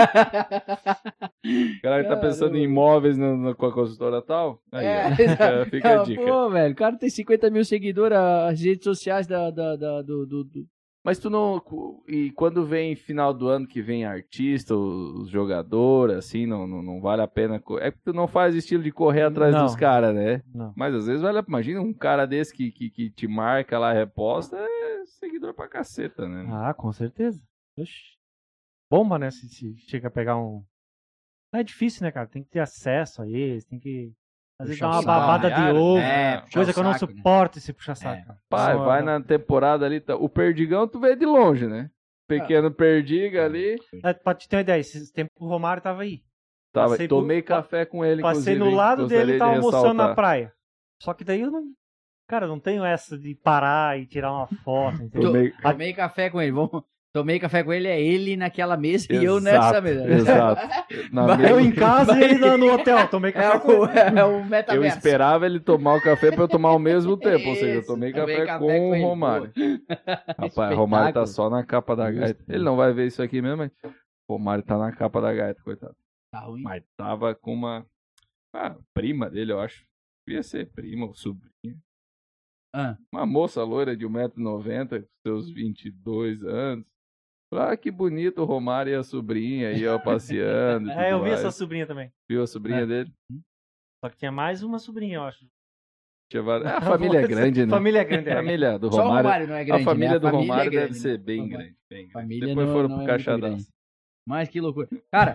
Speaker 1: cara que tá pensando em imóveis com a consultora tal. Aí, fica a dica.
Speaker 2: Pô, velho, o cara tem 50 mil seguidores, as redes sociais do...
Speaker 1: Mas tu não... E quando vem final do ano que vem artista, os jogadores, assim, não vale a pena... É porque tu não faz estilo de correr atrás dos caras, né?
Speaker 3: Não.
Speaker 1: Mas às vezes vale a pena. Imagina um cara desse que te marca lá, reposta, é seguidor pra caceta, né?
Speaker 3: Ah, com certeza. Oxi. Bomba, né? Se chega a pegar um... Não é difícil, né, cara? Tem que ter acesso a eles, tem que... Às vezes dá uma babada de ovo, coisa que eu não suporto esse puxa-saco.
Speaker 1: Pai, vai na temporada ali, o Perdigão tu vê de longe, né? Pequeno Perdiga ali.
Speaker 3: Pra te ter uma ideia, esses tempos o Romário tava aí.
Speaker 1: Tomei café com ele,
Speaker 3: passei no lado dele e tava almoçando na praia. Só que daí eu não... Cara, eu não tenho essa de parar e tirar uma foto.
Speaker 2: Tomei café com ele, Tomei café com ele, é ele naquela mesa e eu nessa mesa.
Speaker 1: Exato.
Speaker 3: Eu em casa e ele no hotel, tomei café com ele.
Speaker 2: É o metaverso.
Speaker 1: Eu esperava ele tomar o café pra eu tomar ao mesmo tempo, ou seja, eu tomei café com o Romário. Rapaz, o Romário tá só na capa da gaita. Ele não vai ver isso aqui mesmo, mas o Romário tá na capa da gaita, coitado.
Speaker 2: Tá ruim.
Speaker 1: Mas tava com uma prima dele, eu acho. Devia ser prima ou sobrinha. Uma moça loira de 1,90m, com seus 22 anos. Que bonito o Romário e a sobrinha aí, ó, passeando.
Speaker 3: Eu vi essa sobrinha também.
Speaker 1: Viu a sobrinha dele?
Speaker 3: Só que tinha mais uma sobrinha, eu acho.
Speaker 1: A família é grande, né?
Speaker 3: Família é grande,
Speaker 1: A família do
Speaker 2: Só
Speaker 1: Romário.
Speaker 2: o Romário não é grande,
Speaker 1: a família
Speaker 2: né?
Speaker 1: do Romário
Speaker 2: é grande,
Speaker 1: deve ser bem grande.
Speaker 2: Família
Speaker 1: Depois
Speaker 2: não,
Speaker 1: foram
Speaker 2: não
Speaker 1: pro
Speaker 2: é
Speaker 1: Caixadaço.
Speaker 2: Mas que loucura. Cara,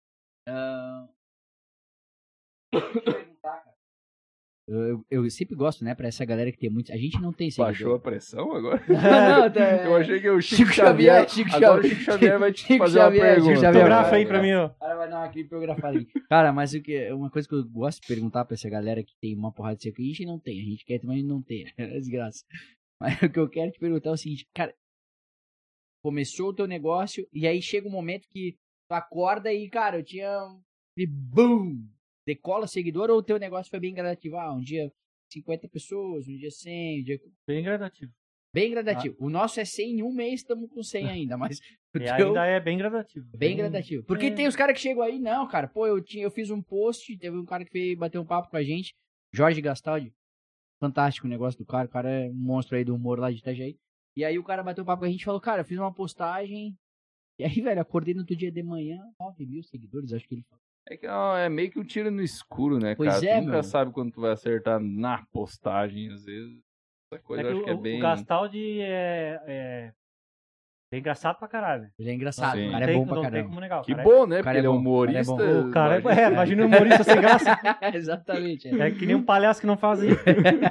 Speaker 2: eu sempre gosto, né, pra essa galera que tem muitos... A gente não tem seguidor.
Speaker 1: Baixou a pressão agora?
Speaker 2: Eu
Speaker 1: achei que o Chico Xavier... Agora o Chico Xavier vai te fazer uma pergunta.
Speaker 3: Fotografa aí pra mim, ó.
Speaker 2: Cara, vai dar uma criptografada aqui. Cara, mas uma coisa que eu gosto de perguntar pra essa galera que tem uma porrada de seguidor, a gente não tem. A gente quer, mas não tem. É desgraça. Mas o que eu quero te perguntar é o seguinte, cara... Começou o teu negócio e aí chega um momento que tu acorda e, cara, eu tinha... E BUM! Decola seguidor ou o teu negócio foi bem gradativo? Um dia 50 pessoas, um dia 100, um dia...
Speaker 3: Bem gradativo.
Speaker 2: Bem gradativo. O nosso é 100 em um mês, estamos com 100 ainda, mas...
Speaker 3: ainda é bem gradativo.
Speaker 2: Bem gradativo. Porque tem os caras que chegam aí, não, cara, pô, eu fiz um post, teve um cara que veio bater um papo com a gente, Jorge Gastaldi, fantástico o negócio do cara, o cara é um monstro aí do humor lá de Itajaí. E aí o cara bateu um papo com a gente e falou, cara, eu fiz uma postagem, e aí, velho, acordei no outro dia de manhã, 9 mil seguidores, acho que ele falou.
Speaker 1: É meio que um tiro no escuro, né,
Speaker 2: pois
Speaker 1: cara?
Speaker 2: Tu
Speaker 1: nunca sabe quando tu vai acertar na postagem, às vezes. Essa coisa eu acho que é bem...
Speaker 3: O Gastaldi é engraçado pra caralho.
Speaker 2: Ele é engraçado,
Speaker 1: Sim.
Speaker 2: o cara é bom pra caralho.
Speaker 3: Tem como negar.
Speaker 1: Que bom, né? Porque ele é
Speaker 2: bom,
Speaker 1: humorista.
Speaker 2: O cara é bom.
Speaker 3: Imagina um humorista sem graça.
Speaker 2: Exatamente.
Speaker 3: É que nem um palhaço que não faz isso.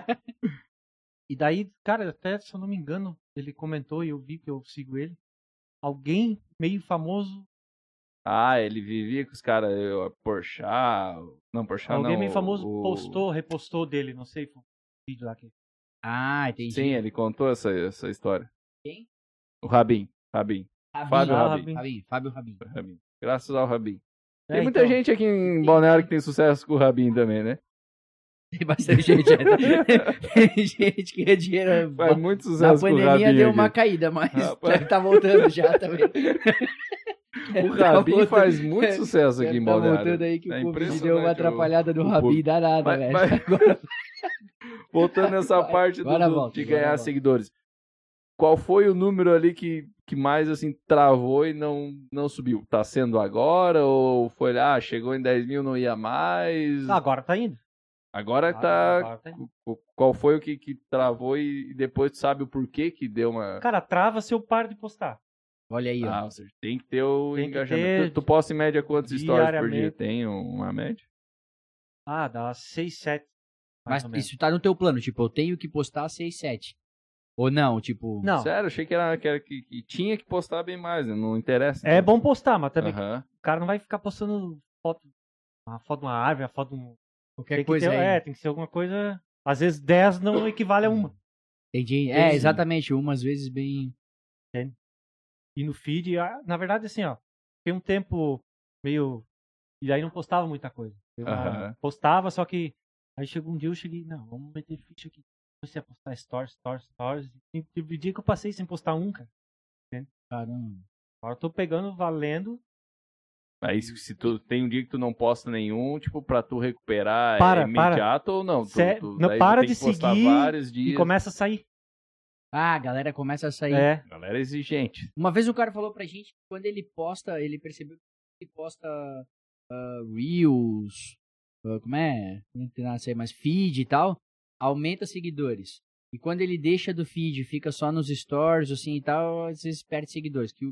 Speaker 3: E daí, cara, até se eu não me engano, ele comentou e eu vi que eu sigo ele. Alguém meio famoso...
Speaker 1: ele vivia com os caras, Porchat, não, Porchat não.
Speaker 3: Alguém meio famoso repostou dele, não sei, foi um vídeo lá aqui.
Speaker 2: Entendi.
Speaker 1: Sim, ele contou essa história.
Speaker 2: Quem?
Speaker 1: O Rabin. Fábio
Speaker 2: Rabin.
Speaker 1: Graças ao Rabin. Tem muita gente aqui em Balneário que tem sucesso com o Rabin também, né?
Speaker 2: Tem bastante gente. Tem gente que ganha dinheiro.
Speaker 1: Faz muito sucesso com o Rabin.
Speaker 2: Na pandemia deu uma caída, mas tá voltando já também.
Speaker 1: O Rabin faz muito sucesso aqui em Balneário.
Speaker 2: Tá voltando aí que o Covid deu uma atrapalhada do Rabin danada, velho.
Speaker 1: Agora... Voltando nessa parte de ganhar seguidores. Qual foi o número ali que mais, assim, travou e não subiu? Tá sendo agora? Ou foi, chegou em 10 mil, não ia mais?
Speaker 3: Agora tá indo.
Speaker 1: Agora tá indo. Qual foi o que travou e depois tu sabe o porquê que deu uma...
Speaker 3: Cara, trava se eu paro de postar.
Speaker 2: Olha aí, ó.
Speaker 1: Ou seja, tem que ter o engajamento. Tu posta em média quantos stories por dia? Tem uma média?
Speaker 3: Dá 6, 7.
Speaker 2: Mas isso tá no teu plano, tipo, eu tenho que postar 6, 7. Ou não, tipo...
Speaker 3: Não.
Speaker 1: Sério, achei que tinha que postar bem mais, né? Não interessa.
Speaker 3: É bom postar, mas também o cara não vai ficar postando uma foto de uma árvore, uma foto de um...
Speaker 2: Qualquer coisa aí.
Speaker 3: Tem que ser alguma coisa... Às vezes 10 não equivale a uma.
Speaker 2: Entendi. Exatamente, umas vezes bem...
Speaker 3: Entende? E no feed, na verdade, assim, ó, tem um tempo meio... E aí não postava muita coisa. Postava, só que aí chegou um dia, eu cheguei, não, vamos meter ficha aqui. Comecei a postar stories. E teve dia que eu passei sem postar um, cara. Entende?
Speaker 2: Caramba.
Speaker 3: Agora eu tô pegando, valendo.
Speaker 1: Aí se tu tem um dia que tu não posta nenhum, tipo, pra tu recuperar
Speaker 3: Para,
Speaker 1: é imediato ou não?
Speaker 3: Não,
Speaker 1: daí
Speaker 3: para
Speaker 1: tu tem
Speaker 3: de
Speaker 1: que postar
Speaker 3: seguir
Speaker 1: vários dias.
Speaker 3: e começa a sair.
Speaker 2: Ah, a galera começa a sair.
Speaker 1: Galera exigente.
Speaker 2: Uma vez o cara falou pra gente que quando ele posta, ele percebeu que ele posta Reels, como é? Não tem nada a ser, mas feed e tal, aumenta seguidores. E quando ele deixa do feed, fica só nos stories, assim e tal, às vezes perde seguidores. Que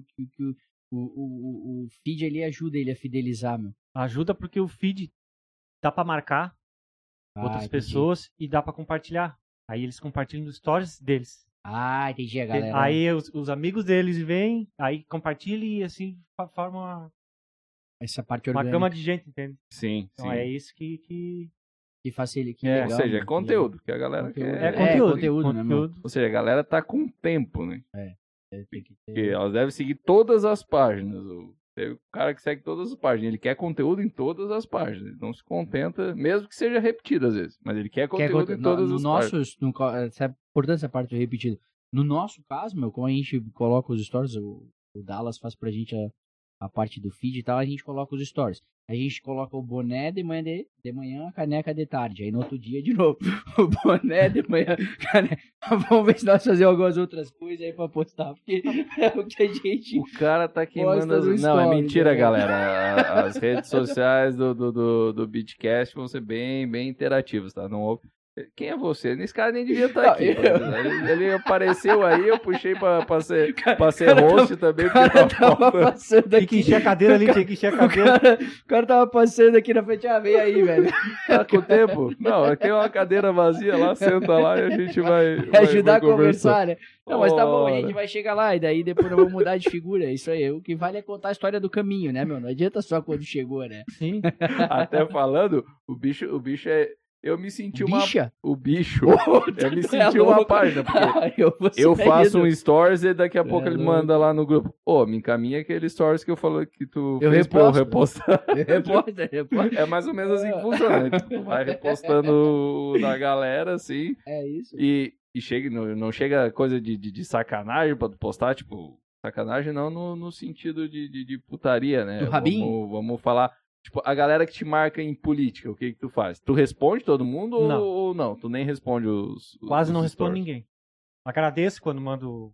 Speaker 2: o feed ali ajuda ele a fidelizar, meu.
Speaker 3: Ajuda porque o feed dá pra marcar outras pessoas e dá pra compartilhar. Aí eles compartilham nos stories deles.
Speaker 2: Ah, entendi, a galera.
Speaker 3: Aí os amigos deles vêm, aí compartilham e assim forma
Speaker 2: essa parte
Speaker 3: uma
Speaker 2: orgânica.
Speaker 3: gama de gente, entende?
Speaker 1: Sim,
Speaker 3: então é isso que
Speaker 2: facilita. Que
Speaker 1: ou
Speaker 2: legal,
Speaker 1: seja, é
Speaker 2: né?
Speaker 1: conteúdo, que a galera quer.
Speaker 2: Conteúdo, né, meu?
Speaker 1: Ou seja, a galera tá com tempo, né?
Speaker 2: Tem que ter...
Speaker 1: Porque elas devem seguir todas as páginas. Tem o cara que segue todas as páginas. Ele quer conteúdo em todas as páginas. Ele não se contenta, mesmo que seja repetido às vezes. Mas ele quer conteúdo em todas as páginas.
Speaker 2: Portanto, essa parte repetida. No nosso caso, meu, como a gente coloca os stories, o Dallas faz pra gente a parte do feed e tal, a gente coloca os stories. A gente coloca o boné de manhã, a caneca de tarde. Aí no outro dia, de novo, o boné de manhã, caneca. Vamos ver se nós fazemos algumas outras coisas aí pra postar, porque é o que a gente...
Speaker 1: O cara tá queimando as... Não, é mentira, né, galera. As redes sociais do Beatcast vão ser bem, bem interativas, tá? Não... Quem é você? Esse cara nem devia estar aqui. Ele apareceu aí, eu puxei pra ser host também. Porque
Speaker 2: tava passando aqui.
Speaker 3: Tinha que encher a cadeira ali, tinha que encher a cadeira.
Speaker 2: O cara tava passando aqui na frente. Vem aí, velho.
Speaker 1: Tá com tempo? Não, tem uma cadeira vazia lá, senta lá e a gente vai
Speaker 2: ajudar a conversar, né? Não, mas tá bom, a gente vai chegar lá e daí depois nós vamos mudar de figura. Isso aí, o que vale é contar a história do caminho, né, meu? Não adianta só quando chegou, né?
Speaker 3: Sim.
Speaker 1: Até falando, o bicho é... Eu me senti o bicho. Eu me senti uma página, porque eu faço um stories e daqui a pouco ele manda lá no grupo. Me encaminha aquele stories que eu falei que tu fez pra eu repostar.
Speaker 2: Reposta.
Speaker 1: É mais ou menos assim que funciona. Né? Tu vai repostando da galera, assim.
Speaker 2: É isso.
Speaker 1: E chega, não chega coisa de sacanagem pra tu postar, tipo... Sacanagem não no sentido de putaria, né?
Speaker 2: Do rabinho?
Speaker 1: Vamos falar... Tipo, a galera que te marca em política, o que tu faz? Tu responde todo mundo ou não? Tu nem responde os
Speaker 3: Quase não respondo
Speaker 1: stories.
Speaker 3: Ninguém. Agradeço quando mando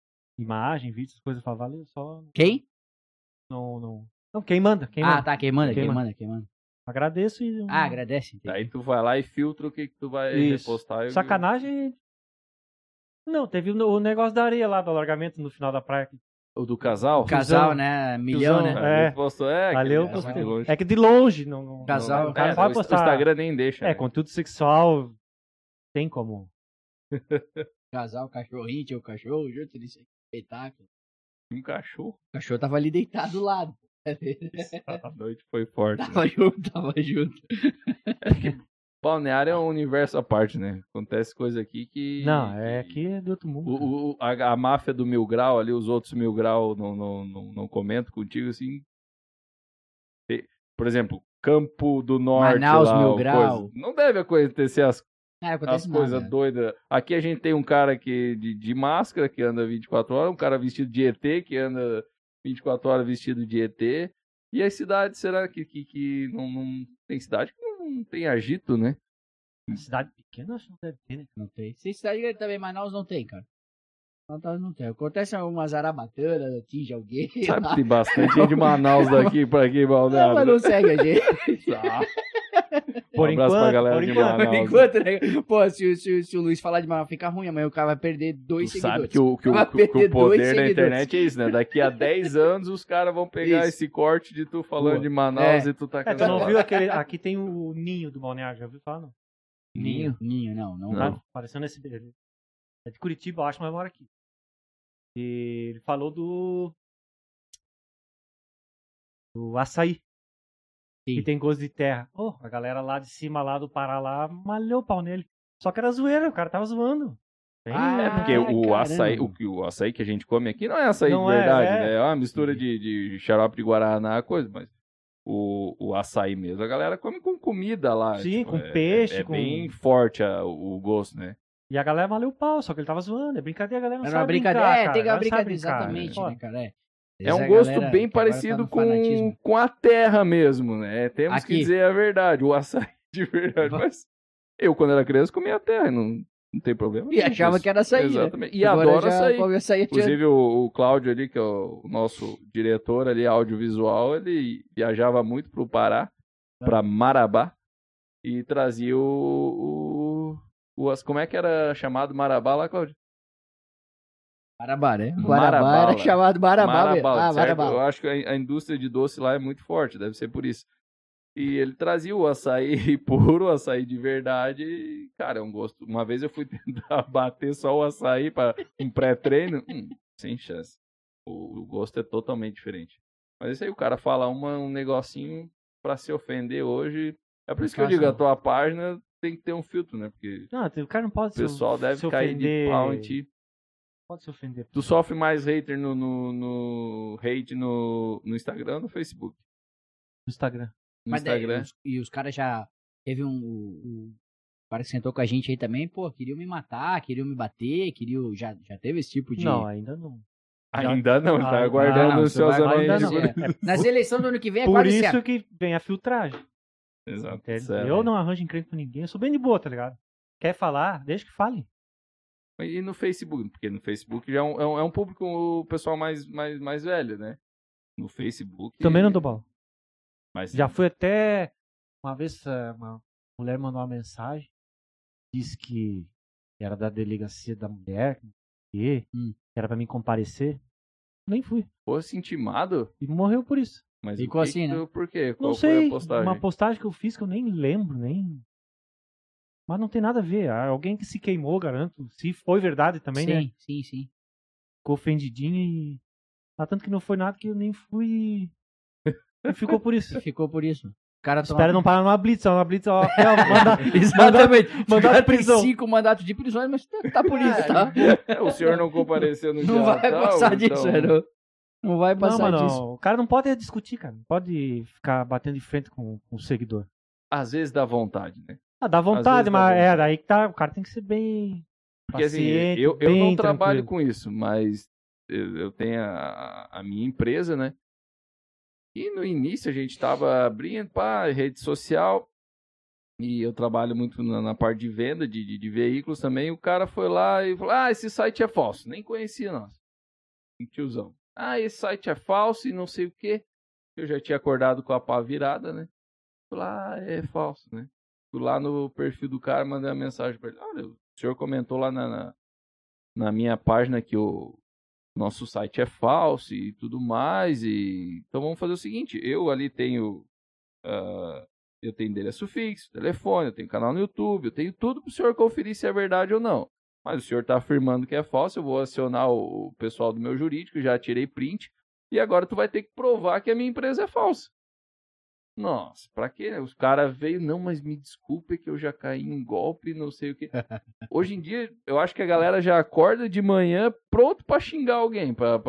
Speaker 3: imagem, vídeos, coisas, falo, valeu, só...
Speaker 2: Quem?
Speaker 3: Não, quem manda.
Speaker 2: Tá, quem manda.
Speaker 3: Agradeço e...
Speaker 2: agradece. Entendi.
Speaker 1: Aí tu vai lá e filtra o que tu vai repostar.
Speaker 3: Sacanagem... Não, teve o negócio da areia lá, do alargamento no final da praia.
Speaker 1: O do casal?
Speaker 2: O casal, né? Milhão, né?
Speaker 3: Valeu, postei. É que de longe, não
Speaker 2: casal.
Speaker 3: O cara pode postar.
Speaker 1: O Instagram nem deixa.
Speaker 3: Conteúdo sexual, tem como.
Speaker 2: Casal, cachorrinho, tinha o cachorro, junto nisso aí. Espetáculo.
Speaker 1: Um cachorro?
Speaker 2: O cachorro tava ali deitado do lado.
Speaker 1: A noite foi forte.
Speaker 2: Tava junto.
Speaker 1: É que Balneário é um universo à parte, né? Acontece coisa aqui que...
Speaker 3: Não, aqui é do outro mundo.
Speaker 1: A máfia do 1000 Grau ali, os outros 1000 Grau não comentam contigo, assim. Por exemplo, Campo do Norte
Speaker 2: Manaus,
Speaker 1: lá.
Speaker 2: 1000 Grau.
Speaker 1: Não deve acontecer as
Speaker 2: acontece
Speaker 1: coisas doidas. Aqui a gente tem um cara de máscara que anda 24 horas, um cara vestido de ET que anda 24 horas vestido de ET. E as cidades, será que não tem cidade que não tem agito, né?
Speaker 3: Cidade pequena, acho que não deve ter, né?
Speaker 2: Não tem. Se cidade grande também, Manaus não tem, cara. Manaus não tem. Acontece algumas arabatanas, atinge alguém.
Speaker 1: Sabe que tem bastante gente de Manaus daqui pra aqui, Balneário.
Speaker 2: Mas não segue a gente.
Speaker 3: Por enquanto,
Speaker 1: pra galera de Manaus.
Speaker 2: Por enquanto, né? Pô, se o Luiz falar de Manaus fica ruim, amanhã o cara vai perder 2 seguidores.
Speaker 1: Sabe que o poder da internet é isso, né? Daqui a 10 anos os caras vão pegar esse corte de tu falando de Manaus e tu tá
Speaker 3: tu não viu aquele... Aqui tem o ninho do Balneário, já ouviu falar, não?
Speaker 2: Ninho, não.
Speaker 3: Tá aparecendo nesse... É de Curitiba, eu acho, mas mora aqui. E ele falou do açaí. Que tem gosto de terra. A galera lá de cima, lá do Pará, lá, malhou o pau nele. Só que era zoeira, o cara tava zoando.
Speaker 1: Porque o açaí que a gente come aqui não é açaí de verdade, né? É uma mistura de xarope de guaraná, coisa, mas o açaí mesmo, a galera come com comida lá.
Speaker 3: Sim,
Speaker 1: tipo,
Speaker 3: com peixe,
Speaker 1: é
Speaker 3: com...
Speaker 1: bem forte o gosto, né?
Speaker 3: E a galera valeu o pau, só que ele tava zoando. É brincadeira, a galera não
Speaker 2: Era uma
Speaker 3: sabe
Speaker 2: brincadeira.
Speaker 3: brincar,
Speaker 2: É,
Speaker 3: cara.
Speaker 2: tem que
Speaker 3: Ela
Speaker 2: uma
Speaker 3: não sabe
Speaker 2: brincadeira,
Speaker 3: brincar,
Speaker 2: exatamente,
Speaker 3: né?
Speaker 2: né, cara? É.
Speaker 1: É um
Speaker 2: A
Speaker 1: gosto
Speaker 2: galera
Speaker 1: bem
Speaker 2: que agora tá
Speaker 1: parecido
Speaker 2: no fanatismo.
Speaker 1: com a terra mesmo, né? Temos que
Speaker 2: Aqui.
Speaker 1: dizer a verdade, o açaí de verdade. Mas eu, quando era criança, comia terra, não tem problema.
Speaker 2: E
Speaker 1: nenhum
Speaker 2: achava
Speaker 1: com isso.
Speaker 2: que era açaí,
Speaker 1: Exatamente.
Speaker 2: né?
Speaker 1: E
Speaker 2: Agora
Speaker 1: adoro
Speaker 2: já
Speaker 1: açaí.
Speaker 2: come açaí.
Speaker 1: Inclusive o Cláudio ali, que é o nosso diretor ali, audiovisual, ele viajava muito pro Pará, pra Marabá, e trazia como é que era chamado Marabá lá, Cláudio?
Speaker 2: Marabá, né?
Speaker 1: Marabá,
Speaker 2: Guarabá era chamado Marabá.
Speaker 1: Marabá, certo?
Speaker 2: Marabá.
Speaker 1: Eu acho que a indústria de doce lá é muito forte, deve ser por isso. E ele trazia o açaí puro, o açaí de verdade, e, cara, é um gosto. Uma vez eu fui tentar bater só o açaí para um pré-treino, sem chance. O gosto é totalmente diferente. Mas isso aí, o cara fala um negocinho pra se ofender hoje. É por isso que eu digo, a tua página tem que ter um filtro, né? Porque
Speaker 3: Não, o cara não pode
Speaker 1: o pessoal deve
Speaker 3: se
Speaker 1: cair
Speaker 3: ofender.
Speaker 1: de pau em ti.
Speaker 3: Pode se ofender.
Speaker 1: Tu sofre mais hater no hate no Instagram ou no Facebook?
Speaker 3: No Instagram.
Speaker 1: No
Speaker 2: Mas daí,
Speaker 1: Instagram.
Speaker 2: os caras já... Teve um cara que sentou com a gente aí também, pô, queriam me matar, queriam me bater, já teve esse tipo de...
Speaker 3: Não, ainda não.
Speaker 1: Ainda não, tá
Speaker 3: Ah,
Speaker 1: aguardando
Speaker 2: não,
Speaker 1: ansiosamente.
Speaker 3: ainda não.
Speaker 2: Nas eleições do ano que vem é
Speaker 3: Por
Speaker 2: quase
Speaker 3: isso
Speaker 2: certo.
Speaker 3: que vem a filtragem.
Speaker 1: Exato.
Speaker 3: Entende?
Speaker 1: Certo.
Speaker 3: Eu não arranjo encrenca com ninguém, eu sou bem de boa, tá ligado? Quer falar, deixa que fale.
Speaker 1: E no Facebook? Porque no Facebook já é um público, o pessoal mais velho, né? No Facebook...
Speaker 3: Também não dou bola.
Speaker 1: Mas,
Speaker 3: Já fui até... Uma vez uma mulher mandou uma mensagem, disse que era da delegacia da mulher, que era pra mim comparecer. Nem fui.
Speaker 1: Fosse intimado?
Speaker 3: E morreu por isso.
Speaker 1: Mas
Speaker 2: ficou assim, né?
Speaker 1: Por quê?
Speaker 3: Não
Speaker 1: Qual
Speaker 3: sei,
Speaker 1: foi a postagem?
Speaker 3: uma postagem que eu fiz que eu nem lembro, nem... Mas não tem nada a ver. Alguém que se queimou, garanto. Se foi verdade também,
Speaker 2: sim,
Speaker 3: né?
Speaker 2: Sim.
Speaker 3: Ficou ofendidinho e... Mas tanto que não foi nada que eu nem fui... E ficou por isso.
Speaker 2: Ficou por isso. O cara
Speaker 3: Espera não parar numa blitz, ó.
Speaker 2: Exatamente.
Speaker 3: Mandato de prisão.
Speaker 2: 5 mandatos de prisão, mas tá por isso, tá?
Speaker 1: O senhor não compareceu no
Speaker 2: Não vai
Speaker 1: Natal,
Speaker 2: passar
Speaker 1: então...
Speaker 2: disso, não vai passar
Speaker 3: Não,
Speaker 2: disso.
Speaker 3: o cara não pode discutir, cara. Não pode ficar batendo de frente com o seguidor.
Speaker 1: Às vezes dá vontade, né?
Speaker 3: Dá vontade,
Speaker 1: dá
Speaker 3: mas
Speaker 1: vontade.
Speaker 3: daí que tá. O cara tem que ser bem
Speaker 1: Porque assim,
Speaker 3: paciente,
Speaker 1: eu
Speaker 3: bem
Speaker 1: não trabalho
Speaker 3: tranquilo.
Speaker 1: com isso, mas eu tenho a minha empresa, né? E no início a gente tava abrindo rede social e eu trabalho muito na parte de venda de veículos também. O cara foi lá e falou, esse site é falso. Nem conhecia, nossa. Um tiozão. Esse site é falso e não sei o quê. Eu já tinha acordado com a pá virada, né? Falei, é falso, né? Fui lá no perfil do cara, mandei uma mensagem pra ele. Olha, o senhor comentou lá na minha página que o nosso site é falso e tudo mais. Então vamos fazer o seguinte, eu ali tenho... eu tenho endereço fixo, telefone, eu tenho canal no YouTube, eu tenho tudo pro senhor conferir se é verdade ou não. Mas o senhor tá afirmando que é falso, eu vou acionar o pessoal do meu jurídico, já tirei print, e agora tu vai ter que provar que a minha empresa é falsa. Nossa, pra quê? Os caras veio, não, mas me desculpe que eu já caí em golpe, não sei o quê. Hoje em dia, eu acho que a galera já acorda de manhã pronto pra xingar alguém, pra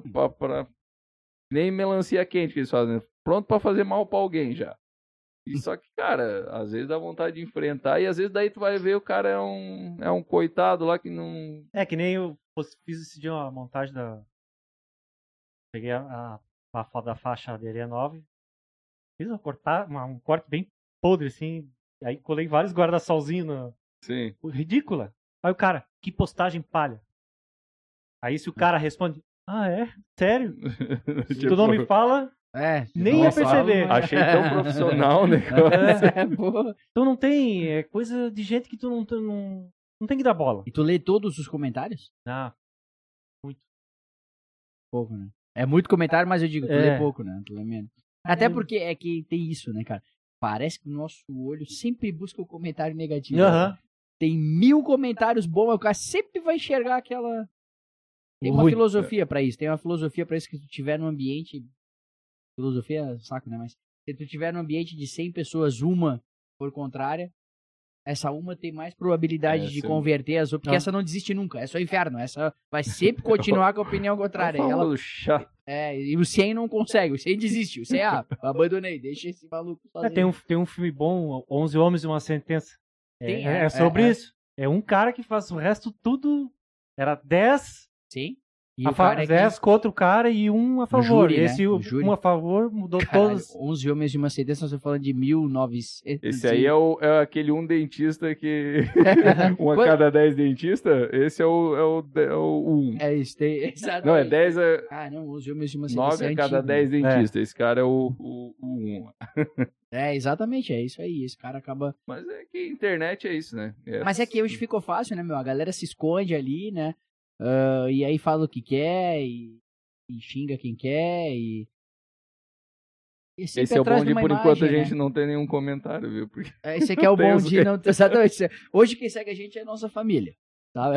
Speaker 1: nem melancia quente que eles fazem, né? Pronto pra fazer mal pra alguém já. E só que, cara, às vezes dá vontade de enfrentar e às vezes daí tu vai ver o cara é um coitado lá que não...
Speaker 3: É que nem eu fiz esse dia uma montagem Peguei a foto da faixa de areia 9. Fiz um corte bem podre, assim. Aí colei vários guarda-solzinhos
Speaker 1: Sim.
Speaker 3: Ridícula. Aí o cara, que postagem palha. Aí se o cara responde, é? Sério? Se tu não me fala, nem ia perceber.
Speaker 1: Achei tão profissional o negócio.
Speaker 3: Então não tem, é coisa de gente que tu não tem que dar bola.
Speaker 2: E tu lê todos os comentários?
Speaker 3: Muito.
Speaker 2: Pouco, né? É muito comentário, mas eu digo, tu lê pouco, né? Tu lê menos. Até porque é que tem isso, né, cara? Parece que o nosso olho sempre busca o comentário negativo. Né? Tem 1000 comentários bons, o cara sempre vai enxergar aquela... Tem uma filosofia pra isso, que tu tiver num ambiente... Filosofia é saco, né? Mas se tu tiver num ambiente de 100 pessoas, uma por contrária, essa uma tem mais probabilidade de
Speaker 1: Essa-
Speaker 2: converter as outras, porque
Speaker 3: Não.
Speaker 2: essa não desiste nunca, é só inferno. Essa vai sempre continuar com a opinião contrária.
Speaker 1: É o
Speaker 2: Ela,
Speaker 1: famoso chato.
Speaker 2: e o 100 não consegue, o 100 desiste. O 100, abandonei, deixa esse maluco sozinho.
Speaker 3: Tem um filme bom, 11 Homens e uma Sentença.
Speaker 2: Tem,
Speaker 3: É sobre isso. É um cara que faz o resto tudo. Era 10
Speaker 2: Sim. E o cara é
Speaker 3: 10 contra o cara e um a favor.
Speaker 2: júri, né?
Speaker 3: Esse
Speaker 2: No júri.
Speaker 3: um a favor mudou
Speaker 2: Caralho,
Speaker 3: todos.
Speaker 2: 11 homens de uma sentença, nós estamos falando de 1900.
Speaker 1: Esse aí é aquele um dentista que... um a cada 10 dentistas, esse é o 1.
Speaker 2: É isso, tem. Exatamente.
Speaker 1: Não, é 10 a...
Speaker 2: Ah, não, 11 homens de uma sentença.
Speaker 1: 9 a cada
Speaker 2: antigo.
Speaker 1: 10 dentistas. Esse cara é o 1.
Speaker 2: Exatamente, é isso aí. Esse cara acaba.
Speaker 1: Mas é que a internet é isso, né?
Speaker 2: Mas é que hoje ficou fácil, né, meu? A galera se esconde ali, né? E aí fala o que quer e xinga quem quer e sempre
Speaker 1: Esse é o
Speaker 2: atrás
Speaker 1: bom de,
Speaker 2: uma
Speaker 1: por
Speaker 2: imagem,
Speaker 1: enquanto, a
Speaker 2: né?
Speaker 1: gente não tem nenhum comentário, viu? Porque...
Speaker 2: Esse aqui é o
Speaker 1: Tem
Speaker 2: bom
Speaker 1: os-
Speaker 2: de não... Exatamente. Hoje quem segue a gente é a nossa família. Sabe?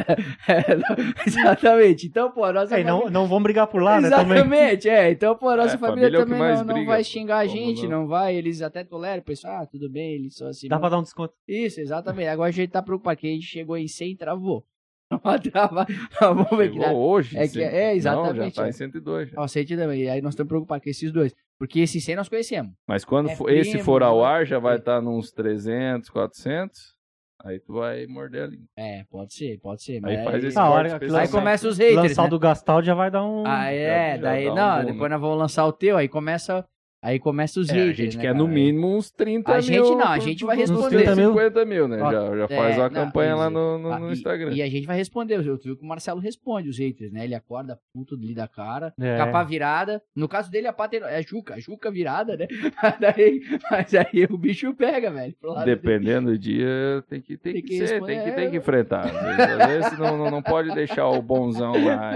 Speaker 2: Exatamente. Então, pô, a nossa família...
Speaker 3: Não vamos brigar por lá, né? Também.
Speaker 2: Exatamente, Então, pô, a nossa família
Speaker 1: família é o que
Speaker 2: também
Speaker 1: mais
Speaker 2: não
Speaker 1: briga,
Speaker 2: vai
Speaker 1: pô.
Speaker 2: xingar a
Speaker 1: Como
Speaker 2: gente,
Speaker 1: não?
Speaker 2: não vai, eles até toleram, o pessoal, tudo bem, eles são assim.
Speaker 3: Dá pra dar um desconto.
Speaker 2: Isso, exatamente. Agora a gente tá preocupado, que a gente chegou em 100 e travou. Vamos ver que dá.
Speaker 1: Chegou hoje.
Speaker 2: É que-
Speaker 1: sim.
Speaker 2: exatamente,
Speaker 1: Não, já tá
Speaker 2: é.
Speaker 1: em 102. já.
Speaker 2: Ó, 100 também. Aí nós estamos preocupados com esses dois. Porque esses 100 nós conhecemos.
Speaker 1: Mas quando
Speaker 2: É
Speaker 1: esse
Speaker 2: primo,
Speaker 1: for ao
Speaker 2: né?
Speaker 1: ar, já vai estar nos 300, 400. Aí tu vai morder a língua.
Speaker 2: Pode ser.
Speaker 1: Aí faz esse
Speaker 3: A
Speaker 1: corte
Speaker 3: hora que
Speaker 1: especial.
Speaker 2: Aí começa os haters,
Speaker 3: Lançar
Speaker 2: né?
Speaker 3: o do Gastaldi já vai dar um.
Speaker 2: Ah,
Speaker 1: já
Speaker 2: daí
Speaker 1: dá um
Speaker 2: não,
Speaker 1: boom,
Speaker 2: depois
Speaker 1: né?
Speaker 2: nós vamos lançar o teu, aí começa os
Speaker 1: A
Speaker 2: haters,
Speaker 1: gente
Speaker 2: né,
Speaker 1: quer
Speaker 2: cara?
Speaker 1: no mínimo uns 30
Speaker 2: A
Speaker 1: mil.
Speaker 2: gente não, a gente vai
Speaker 1: uns
Speaker 2: responder.
Speaker 1: 30 mil, 50 mil, né?
Speaker 3: Ó,
Speaker 1: Já faz uma
Speaker 2: não,
Speaker 1: campanha lá
Speaker 2: isso.
Speaker 1: no Instagram.
Speaker 2: E a gente vai responder. Tu viu que o Marcelo responde os haters, né? Ele acorda puto ali da cara,
Speaker 3: É.
Speaker 2: capa virada. No caso dele, a pá é a Juca virada, né? Mas aí o bicho pega, velho. pro lado dele.
Speaker 1: Dependendo do dia, tem que
Speaker 2: Tem que
Speaker 1: ser,
Speaker 2: responder.
Speaker 1: tem que enfrentar. Às vezes não pode deixar o bonzão lá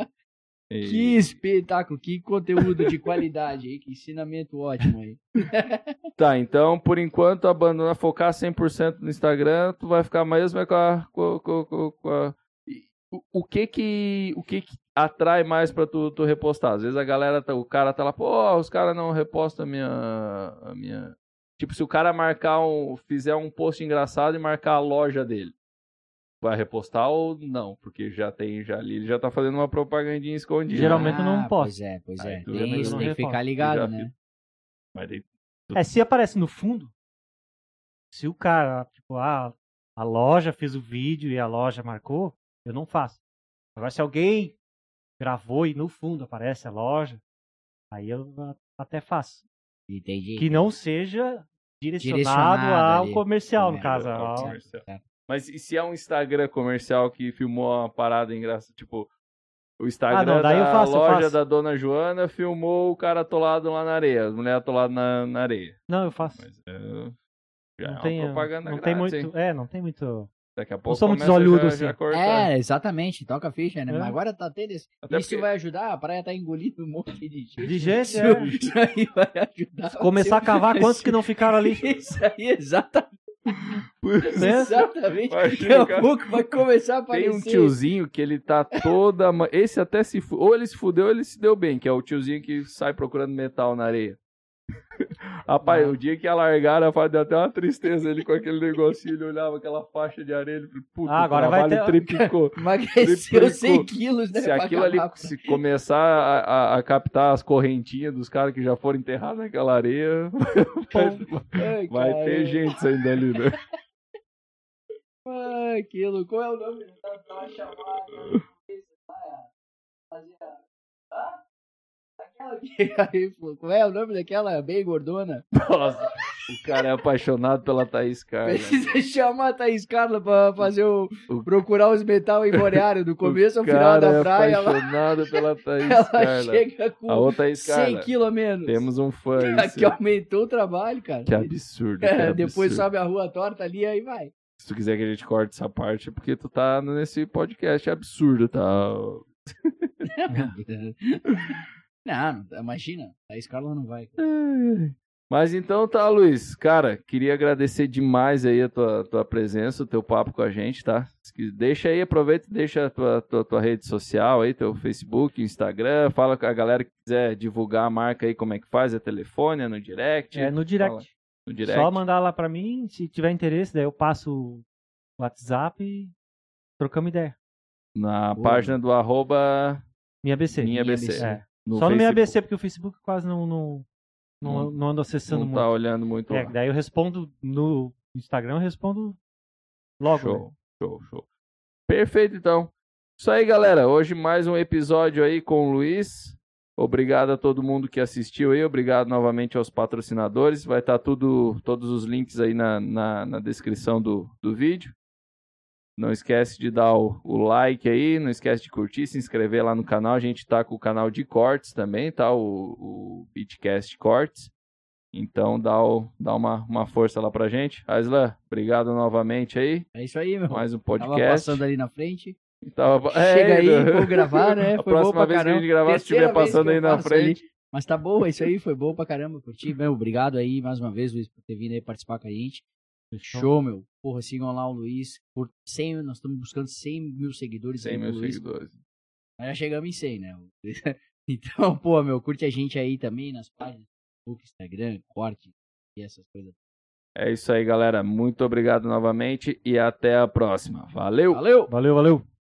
Speaker 2: Que espetáculo, que conteúdo de qualidade aí, que ensinamento ótimo aí.
Speaker 1: Tá, então, por enquanto, abandonar, focar 100% no Instagram, tu vai ficar mesmo com a... O que atrai mais pra tu repostar? Às vezes a galera, o cara tá lá, pô, os caras não repostam a minha... Tipo, se o cara fizer um post engraçado e marcar a loja dele, vai repostar ou não? Porque ali, ele já tá fazendo uma propagandinha escondida.
Speaker 3: Geralmente eu não posto.
Speaker 2: Pois
Speaker 1: Aí
Speaker 2: é.
Speaker 1: tu
Speaker 2: Tem
Speaker 1: já
Speaker 2: isso,
Speaker 3: não
Speaker 2: tem que ficar
Speaker 3: reposta.
Speaker 2: ligado,
Speaker 1: Já
Speaker 2: né?
Speaker 1: Mas daí,
Speaker 3: Se aparece no fundo, se o cara, tipo, a loja fez o vídeo e a loja marcou, eu não faço. Agora, se alguém gravou e no fundo aparece a loja, aí eu até faço.
Speaker 2: Entendi.
Speaker 3: Que não seja direcionado
Speaker 2: Direcionado
Speaker 3: ao
Speaker 2: ali.
Speaker 3: comercial, no
Speaker 2: É,
Speaker 3: caso.
Speaker 1: ao
Speaker 3: ao-
Speaker 1: comercial. Mas e se é um Instagram comercial que filmou uma parada engraçada? Tipo, o Instagram
Speaker 3: não, daí eu
Speaker 1: da
Speaker 3: faço, eu
Speaker 1: loja
Speaker 3: faço.
Speaker 1: da Dona Joana filmou o cara atolado lá na areia, as mulheres atoladas na areia.
Speaker 3: Não, eu faço.
Speaker 1: Mas já
Speaker 3: Não
Speaker 1: é
Speaker 3: tem,
Speaker 1: uma propaganda
Speaker 3: não tem
Speaker 1: grátis,
Speaker 3: muito.
Speaker 1: hein?
Speaker 3: Não tem muito.
Speaker 1: Daqui a pouco
Speaker 3: sou muito
Speaker 1: começa
Speaker 3: olhudo
Speaker 1: já
Speaker 3: assim.
Speaker 1: cortar.
Speaker 2: Exatamente, toca a ficha, né?
Speaker 3: É.
Speaker 2: Mas agora tá tendo esse...
Speaker 1: Até
Speaker 2: Isso
Speaker 1: porque-
Speaker 2: vai ajudar, a praia tá engolindo um monte de gente.
Speaker 3: De gente,
Speaker 2: Isso,
Speaker 3: é.
Speaker 2: isso aí vai ajudar.
Speaker 3: Começar a cavar quantos que não ficaram ali.
Speaker 2: Isso aí, exatamente.
Speaker 3: Né?
Speaker 2: Exatamente.
Speaker 1: Imagina,
Speaker 2: Daqui a
Speaker 1: cara.
Speaker 2: pouco vai começar a
Speaker 1: Tem
Speaker 2: aparecer.
Speaker 1: um tiozinho que ele tá toda... Esse até se... Ou ele se fudeu ou ele se deu bem, que é o tiozinho que sai procurando metal na areia. Rapaz, o dia que alargaram, deu até uma tristeza ele com aquele negocinho, ele olhava aquela faixa de areia, ele falou, puta,
Speaker 3: Ah, agora
Speaker 1: o
Speaker 3: vai
Speaker 1: trabalho
Speaker 3: ter-
Speaker 1: triplicou.
Speaker 2: Emagreceu 100
Speaker 1: Triplicou.
Speaker 2: quilos, né?
Speaker 1: Se
Speaker 2: pra
Speaker 1: aquilo ali
Speaker 2: acabar.
Speaker 1: se começar a captar as correntinhas dos caras que já foram enterrados naquela areia,
Speaker 2: Ai,
Speaker 1: vai ter
Speaker 2: caramba.
Speaker 1: gente saindo ali, né?
Speaker 2: Ai, que louco. Qual é o nome da chamada? Aquela que... Aí, pô, qual é o nome daquela bem gordona?
Speaker 1: Nossa, o cara é apaixonado pela Thaís Carla.
Speaker 2: Precisa chamar a Thaís Carla pra fazer
Speaker 1: O-
Speaker 2: procurar os metal em Boreário, do começo ao
Speaker 1: O
Speaker 2: final
Speaker 1: cara
Speaker 2: da praia.
Speaker 1: é
Speaker 2: Ela,
Speaker 1: apaixonado pela Thaís
Speaker 2: ela
Speaker 1: Carla.
Speaker 2: chega com
Speaker 1: A outra Thaís
Speaker 2: 100
Speaker 1: Carla.
Speaker 2: quilos a menos.
Speaker 1: Temos um fã.
Speaker 2: Que aumentou o trabalho, cara.
Speaker 1: Que absurdo. Que absurdo.
Speaker 2: Depois sobe a rua torta ali, aí vai.
Speaker 1: Se tu quiser que a gente corte essa parte, é porque tu tá nesse podcast absurdo, tá?
Speaker 2: Não, imagina. A Scarla não vai.
Speaker 1: Mas então tá, Luiz. Cara, queria agradecer demais aí a tua presença, o teu papo com a gente, tá? Deixa aí, aproveita e deixa a tua rede social aí, teu Facebook, Instagram. Fala com a galera que quiser divulgar a marca aí, como é que faz, é telefone, é no direct?
Speaker 3: É no direct.
Speaker 1: Fala. no direct.
Speaker 3: Só mandar lá pra mim, se tiver interesse, daí eu passo o WhatsApp e trocamos ideia.
Speaker 1: Na página do @...
Speaker 3: Minha ABC.
Speaker 1: Minha ABC.
Speaker 3: É.
Speaker 1: No
Speaker 3: Só no Minha
Speaker 1: Facebook.
Speaker 3: ABC, porque o Facebook quase não ando acessando
Speaker 1: Não
Speaker 3: muito.
Speaker 1: tá olhando muito lá.
Speaker 3: Daí eu respondo no Instagram, eu respondo logo.
Speaker 1: Show. Perfeito, então. Isso aí, galera. Hoje mais um episódio aí com o Luiz. Obrigado a todo mundo que assistiu aí. Obrigado novamente aos patrocinadores. Vai estar todos os links aí na descrição do vídeo. Não esquece de dar o like aí. Não esquece de curtir, se inscrever lá no canal. A gente tá com o canal de cortes também, tá? O Beatcast Cortes. Então dá uma força lá pra gente. Aislan, obrigado novamente aí.
Speaker 2: É isso aí, meu.
Speaker 1: Mais um podcast.
Speaker 2: Tava passando ali na frente.
Speaker 1: Chega
Speaker 2: aí, vou gravar, né?
Speaker 1: A
Speaker 2: foi bom
Speaker 1: próxima
Speaker 2: pra
Speaker 1: vez
Speaker 2: caramba.
Speaker 1: que a gente gravar, se estiver passando aí na frente.
Speaker 2: Ali. Mas tá bom, é isso aí, foi bom pra caramba, curti. Meu, obrigado aí mais uma vez, Luiz, por ter vindo aí participar com a gente. Show, meu. Porra, sigam lá o Luiz. Por 100, nós estamos buscando 100 mil seguidores.
Speaker 1: 100 mil seguidores.
Speaker 2: Nós já chegamos em 100, né? Então, pô, meu, curte a gente aí também nas páginas Facebook, Instagram, corte e essas coisas.
Speaker 1: É isso aí, galera. Muito obrigado novamente e até a próxima. Valeu!
Speaker 2: Valeu!
Speaker 3: Valeu!